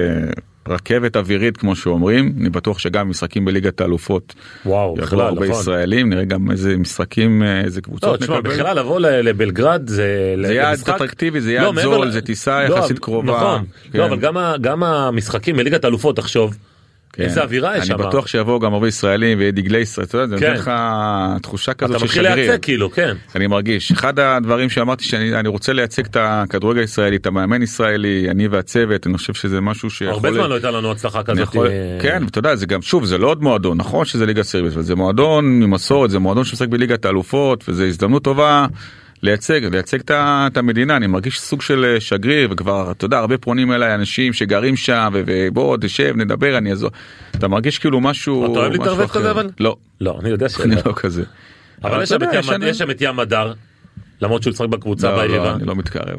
רכבת אווירית כמו שאומרים. אני בטוח שגם משחקים בליגת האלופות. וואו, בכלל, נכון. הרבה ישראלים, נראה גם איזה משחקים, איזה קבוצות נקבל. בכלל לבוא לבלגרד זה יעד אטרקטיבי, זה יעד זול, זה טיסה יחסית קרובה. נכון. לא, אבל גם המשחקים בליגת האלופות, תחשוב. איזה אווירה יש שם. אני בטוח שיבואו גם הרבה ישראלים ויהיה דגלי ישראל, אתה יודע, זה נותן לך תחושה כזאת של שגריר. אתה מתחיל לייצג כאילו, כן. אני מרגיש, אחד הדברים שאמרתי שאני רוצה לייצג את הכדורגל הישראלי, את המאמן ישראלי, אני והצוות, אני חושב שזה משהו שיכול... הרבה זמן לא הייתה לנו הצלחה כזאת. כן, ואתה יודע, זה גם, שוב, זה לא עוד מועדון, נכון שזה ליגה סרבית, אבל זה מועדון ממסורת, זה מועדון שמשחק בליגת האלופות, וזו הזדמנות טובה לייצג את המדינה. אני מרגיש סוג של שגריר, וכבר, אתה יודע, הרבה פונים אליי אנשים שגרים שם, ובוא, תשב, נדבר, אני אעזור. אתה מרגיש כאילו משהו... אתה אוהב להתערבב כזה, אבל? לא. לא, אני יודע שלא. אני לא כזה. אבל יש שם את ים הדר, למרות שהוא צחק בקבוצה בעירה. לא, אני לא מתקרב.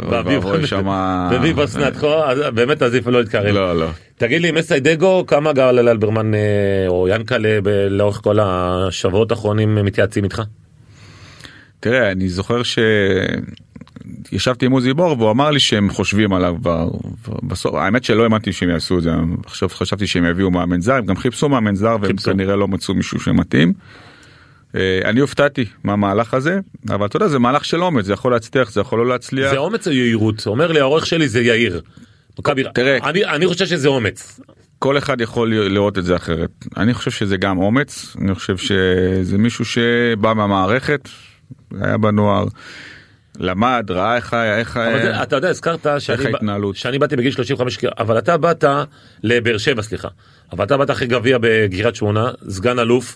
וביבוס נתחו, באמת עזיף לא להתקרב. לא. תגיד לי, מסיידגו, כמה גל אלברמן או ינקלה לאורך כל השבועות האחרונים מתייעצים איתך? תראה, אני זוכר שישבתי עם עוזי בור והוא אמר לי שהם חושבים עליו בסוף, האמת שלא האמנתי שהם יעשו את זה, חשבתי שהם יביאו מאמן זר, הם גם חיפשו מאמן זר והם כנראה לא מצאו מישהו שמתאים. אני הופתעתי מהמהלך הזה, אבל אתה יודע, זה מהלך של אומץ, זה יכול להצליח, זה יכול לא להצליח. זה אומץ או יעירות? אומר לי, העורך שלי זה יאיר. תראה, אני חושב שזה אומץ. כל אחד יכול לראות את זה אחרת. אני חושב שזה גם אומץ, אני חושב שזה מישהו שבא מהמערכת, היה בנוער, למד, ראה איך אתה יודע, הזכרת שאני באתי בגיל 35, אבל אתה באת לבאר שבע, סליחה, אבל אתה באת אחרי גביע בקריית שמונה, סגן אלוף,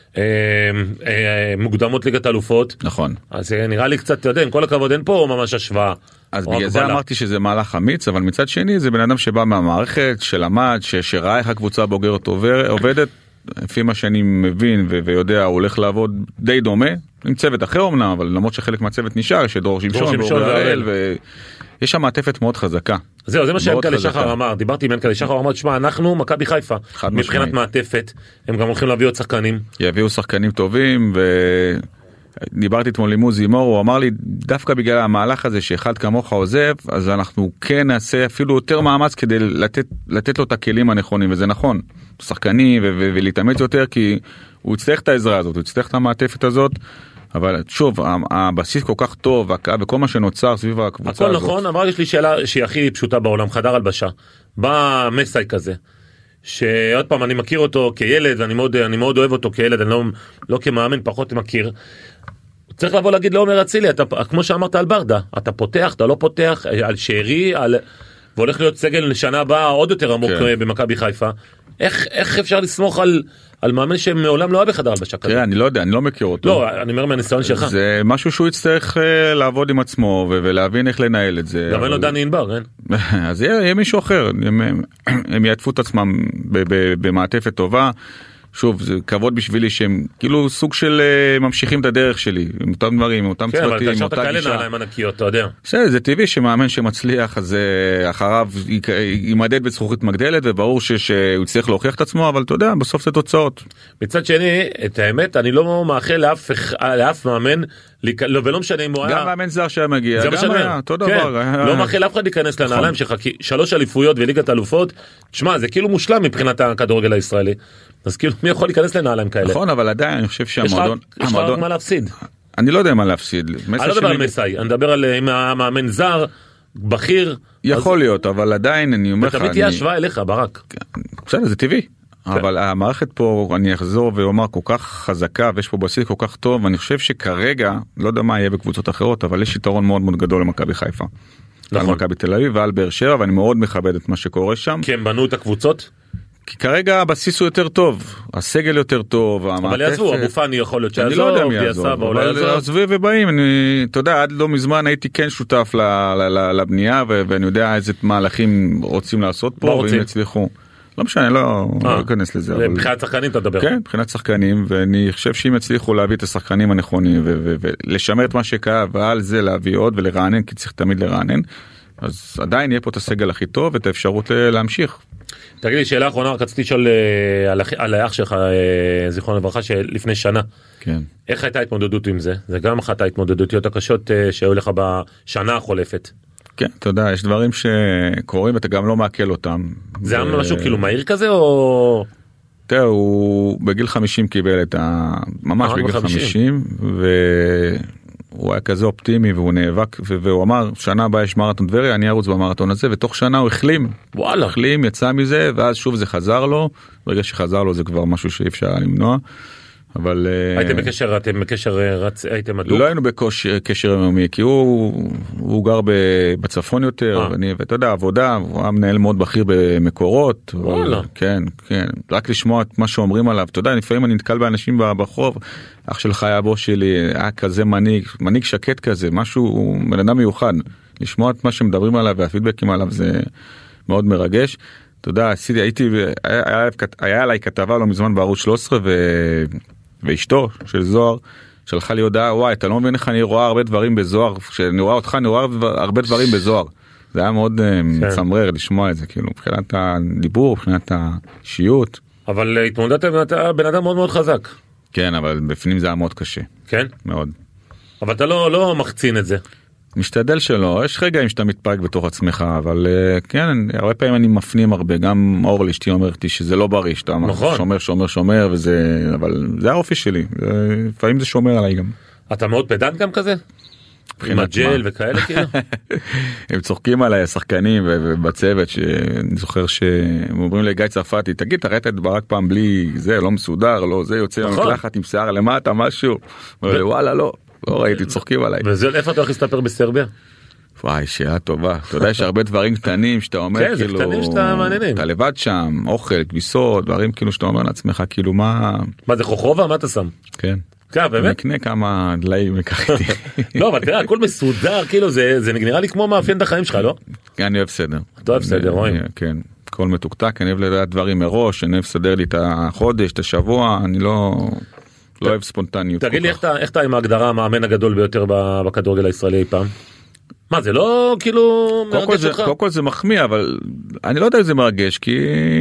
מוקדמות ליגת אלופות. נכון. אז נראה לי קצת, אתה יודע, עם כל הכבוד אין פה ממש השוואה. אז בגלל זה אמרתי שזה מהלך אמיץ, אבל מצד שני זה בן אדם שבא מהמערכת, שלמד, שראה איך הקבוצה הבוגרת עובדת, לפי מה שאני מבין ויודע, הוא הולך לעבוד די דומה, עם צוות אחר אומנם, אבל למרות שחלק מהצוות נשאר, שדור שמשון והראל, ויש שם מעטפת מאוד חזקה. זהו, זה מה שיענקלה שחר אמר, דיברתי עם יענקלה שחר, אמר, תשמע, אנחנו מכבי חיפה, מבחינת מעטפת, הם גם הולכים להביא עוד שחקנים. יביאו שחקנים טובים, דיברתי אתמול עם עוזי מור, הוא אמר לי, דווקא בגלל המהלך הזה שאחד כמוך עוזב, אז אנחנו כן נעשה אפילו יותר מאמץ כדי לתת לו את הכלים הנכונים, וזה נכון, שחקנים ולהתאמץ יותר, כי הוא יצטרך את העזרה הזאת, הוא יצטרך את המעטפת הזאת, אבל שוב, הבסיס כל כך טוב, וכל מה שנוצר סביב הקבוצה הזאת. הכל נכון, אבל יש לי שאלה שהיא הכי פשוטה בעולם, חדר הלבשה, בא מסי כזה, שעוד פעם אני מכיר אותו כילד, ואני מאוד אוהב אותו כילד, אני לא כמאמן, פחות מכיר. צריך לבוא להגיד לעומר אצילי, כמו שאמרת על ברדה, אתה פותח, אתה לא פותח, על שערי, והולך להיות סגל לשנה הבאה עוד יותר עמוק במכבי חיפה. איך אפשר לסמוך על מאמן שמעולם לא היה בחדר הלבשה כזה? תראה, אני לא יודע, אני לא מכיר אותו. לא, אני אומר מהניסיון שלך. זה משהו שהוא יצטרך לעבוד עם עצמו ולהבין איך לנהל את זה. גם אין לו דני ענבר, אין? אז יהיה מישהו אחר, הם יעטפו את עצמם במעטפת טובה, שוב, זה כבוד בשבילי שהם כאילו סוג של ממשיכים את הדרך שלי, עם אותם דברים, עם אותם צוותים, כן, אבל אתה כאלה נעליים ענקיות, אתה יודע. זה טבעי שמאמן שמצליח, אז אחריו יימדד בזכוכית מגדלת, וברור שהוא יצטרך להוכיח את עצמו, אבל אתה יודע, בסוף זה תוצאות. מצד שני, את האמת, אני לא מאחל לאף מאמן, ולא משנה אם הוא היה... גם מאמן זר שהיה מגיע, גם היה, אותו דבר. לא מאחל לאף אחד להיכנס לנעליים שלך, כי 3 אליפויות וליגת אלופות, תשמע, זה כאילו מושלם מבחינת הכדורגל הישראלי. אז כאילו, מי יכול להיכנס לנעליים כאלה? נכון, אבל עדיין אני חושב שהמועדון... יש לך רק מה להפסיד. אני לא יודע מה להפסיד. אני לא מדבר על מסי, אני מדבר על אם המאמן זר, בכיר. יכול להיות, אבל עדיין אני אומר לך... ותמיד תהיה השוואה אליך, ברק. בסדר, זה טבעי. אבל המערכת פה, אני אחזור ואומר, כל כך חזקה, ויש פה בסיס כל כך טוב, ואני חושב שכרגע, לא יודע מה יהיה בקבוצות אחרות, אבל יש יתרון מאוד מאוד גדול למכבי חיפה. על מכבי תל אביב ועל באר שבע, ואני מאוד מכבד את מה שקורה שם. כי הם בנו את הקבוצות? כי כרגע הבסיס הוא יותר טוב, הסגל יותר טוב, אבל יעזבו, אבו פאני יכול להיות שיעזוב, אני לא יודע מי יעזוב, אבל עזבי ובאים, אתה יודע, עד לא מזמן הייתי כן שותף לבנייה, ואני יודע איזה מהלכים רוצים לעשות פה, ואם יצליחו. לא משנה, לא אכנס לזה. מבחינת שחקנים אתה מדבר. כן, מבחינת שחקנים, ואני חושב שאם יצליחו להביא את השחקנים הנכונים, ולשמר את מה שקרה, ועל זה להביא עוד ולרענן, כי צריך תמיד לרענן, אז עדיין יהיה פה את הסגל הכי טוב, ואת האפשרות להמשיך. תגיד לי, שאלה אחרונה, רק רציתי לשאול על האח שלך, זיכרון לברכה, שלפני שנה. כן. איך הייתה התמודדות עם זה? זה גם אחת ההתמודדויות הקשות שהיו לך בשנה החולפת. כן, אתה יודע, יש דברים שקורים ואתה גם לא מעכל אותם. זה היה משהו כאילו מהיר כזה או... תראה, הוא בגיל 50 קיבל את ממש בגיל 50, והוא היה כזה אופטימי והוא נאבק, והוא אמר, שנה הבאה יש מרתון טבריה, אני ארוץ במרתון הזה, ותוך שנה הוא החלים. וואלה. החלים, יצא מזה, ואז שוב זה חזר לו, ברגע שחזר לו זה כבר משהו שאי אפשר למנוע. אבל אתם בקשר הייתם הדוק? לא היינו בקשר יומי, כי הוא גר בצפון יותר, ואתה יודע, עבודה, הוא היה מנהל מאוד בכיר במקורות. וואלה. כן, כן, רק לשמוע את מה שאומרים עליו, אתה יודע, לפעמים אני נתקל באנשים ברחוב, אח שלך היה בוס שלי, היה כזה מנהיג שקט כזה, משהו, בן אדם מיוחד, לשמוע את מה שמדברים עליו והפידבקים עליו זה מאוד מרגש. אתה יודע, היה עליי כתבה לא מזמן בערוץ 13 ואשתו של זוהר שלחה לי הודעה, וואי, אתה לא מבין איך אני רואה הרבה דברים בזוהר, כשאני רואה אותך אני רואה הרבה דברים בזוהר. זה היה מאוד מצמרר לשמוע את זה, כאילו, מבחינת הדיבור, מבחינת האישיות. אבל התמודדתם, אתה בן אדם מאוד מאוד חזק. כן, אבל בפנים זה היה מאוד קשה. כן? מאוד. אבל אתה לא מחצין את זה. משתדל שלא, יש רגעים שאתה מתפרק בתוך עצמך, אבל כן, הרבה פעמים אני מפנים הרבה, גם אור לאשתי אומרת לי שזה לא בריא, שאתה שומר, וזה, אבל זה האופי שלי, לפעמים זה שומר עליי גם. אתה מאוד פדנט גם כזה? עם הג'ל וכאלה כאילו? הם צוחקים עליי, השחקנים ובצוות, שאני זוכר שהם אומרים לי, גיא צרפתי, תגיד, אתה ראית את ברק פעם בלי זה, לא מסודר, לא זה, יוצא במקלחת עם שיער למטה, משהו, וואלה, לא. לא ראיתי, צוחקים עליי. ואיפה אתה הולך להסתפר בסרביה? וואי, שאלה טובה. אתה יודע, יש הרבה דברים קטנים שאתה אומר, כן, זה קטנים שאתה מעניינים. אתה לבד שם, אוכל, כביסות, דברים כאילו שאתה אומר לעצמך, כאילו מה... מה זה חוכרובה? מה אתה שם? כן. כן, באמת? נקנה כמה דליים לקח איתי. לא, אבל תראה, הכל מסודר, כאילו זה נראה לי כמו מאפיין את החיים שלך, לא? כן, אני אוהב סדר. אתה אוהב סדר, רואים. כן, הכל מתוקתק, אני אוהב לדעת דברים מראש, אני אוהב לסדר לי את החודש, את השבוע, אני לא אוהב ספונטניות. תגיד לי, איך אתה עם ההגדרה המאמן הגדול ביותר בכדורגל הישראלי אי פעם? מה, זה לא כאילו מרגש אותך? קודם כל זה מחמיא, אבל אני לא יודע אם זה מרגש, כי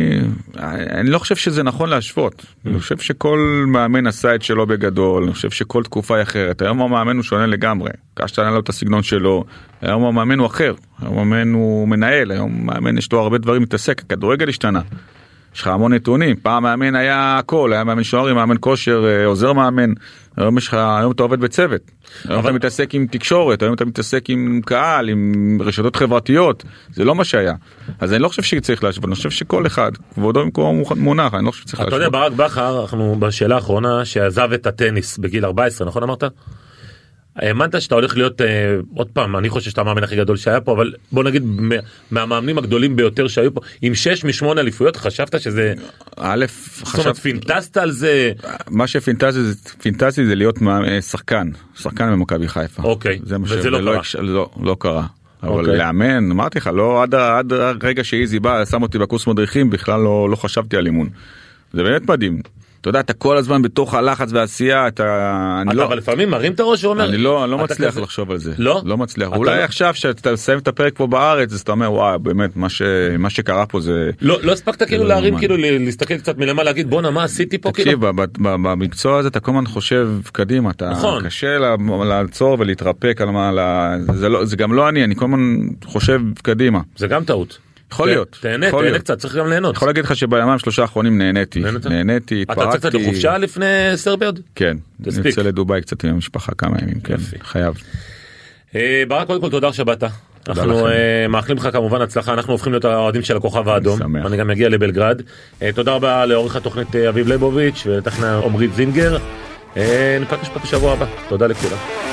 אני לא חושב שזה נכון להשוות. אני חושב שכל מאמן עשה את שלו בגדול, אני חושב שכל תקופה היא אחרת. היום המאמן הוא שונה לגמרי, קשתנה לו את הסגנון שלו, היום המאמן הוא אחר, היום המאמן הוא מנהל, היום המאמן יש לו הרבה דברים מתעסק, הכדורגל השתנה. יש לך המון נתונים, פעם מאמן היה הכל, היה מאמן שוערים, מאמן כושר, עוזר מאמן, היום אתה עובד בצוות, היום אתה מתעסק עם תקשורת, היום אתה מתעסק עם קהל, עם רשתות חברתיות, זה לא מה שהיה. אז אני לא חושב שצריך להשוות, אני חושב שכל אחד, כבודו במקום מונח, אני לא חושב שצריך להשוות. אתה יודע, ברק בכר, אנחנו בשאלה האחרונה, שעזב את הטניס בגיל 14, נכון אמרת? האמנת שאתה הולך להיות, עוד פעם, אני חושב שאתה המאמן הכי גדול שהיה פה, אבל בוא נגיד, מהמאמנים הגדולים ביותר שהיו פה, עם 6 מ-8 אליפויות, חשבת שזה... זאת אומרת, פינטסת על זה? מה שפינטסתי זה להיות שחקן במכבי חיפה. אוקיי, וזה לא קרה. לא קרה. אבל לאמן, אמרתי לך, לא עד הרגע שאיזי בא, שם אותי בקורס מדריכים, בכלל לא חשבתי על אימון. זה באמת מדהים. אתה יודע, אתה כל הזמן בתוך הלחץ והעשייה, אבל לפעמים מרים את הראש ואומר... אני לא מצליח לחשוב על זה. לא? לא מצליח. אולי עכשיו שאתה מסיים את הפרק פה בארץ, אז אתה אומר, וואי, באמת, מה שקרה פה זה... לא הספקת כאילו להרים, כאילו להסתכל קצת מלמה, להגיד, בונה, מה עשיתי פה? תקשיב, במקצוע הזה אתה כל הזמן חושב קדימה, אתה קשה לעצור ולהתרפק על מה... זה גם לא אני כל הזמן חושב קדימה. זה גם טעות. יכול להיות. תהנה קצת, צריך גם ליהנות. יכול להגיד לך שבימים 3 האחרונים נהניתי, התפרקתי. אתה קצת לחופשה לפני סרביה עוד? כן, נצא לדוביי קצת עם המשפחה כמה ימים, כן, חייב. ברק, קודם כל תודה שבאת. אנחנו מאחלים לך כמובן הצלחה, אנחנו הופכים להיות האוהדים של הכוכב האדום, אני גם אגיע לבלגרד. תודה רבה לעורך התוכנית אביב ליבוביץ' ולטכנאי עומרית זינגר. נפגש בשבוע הבא, תודה לכולם.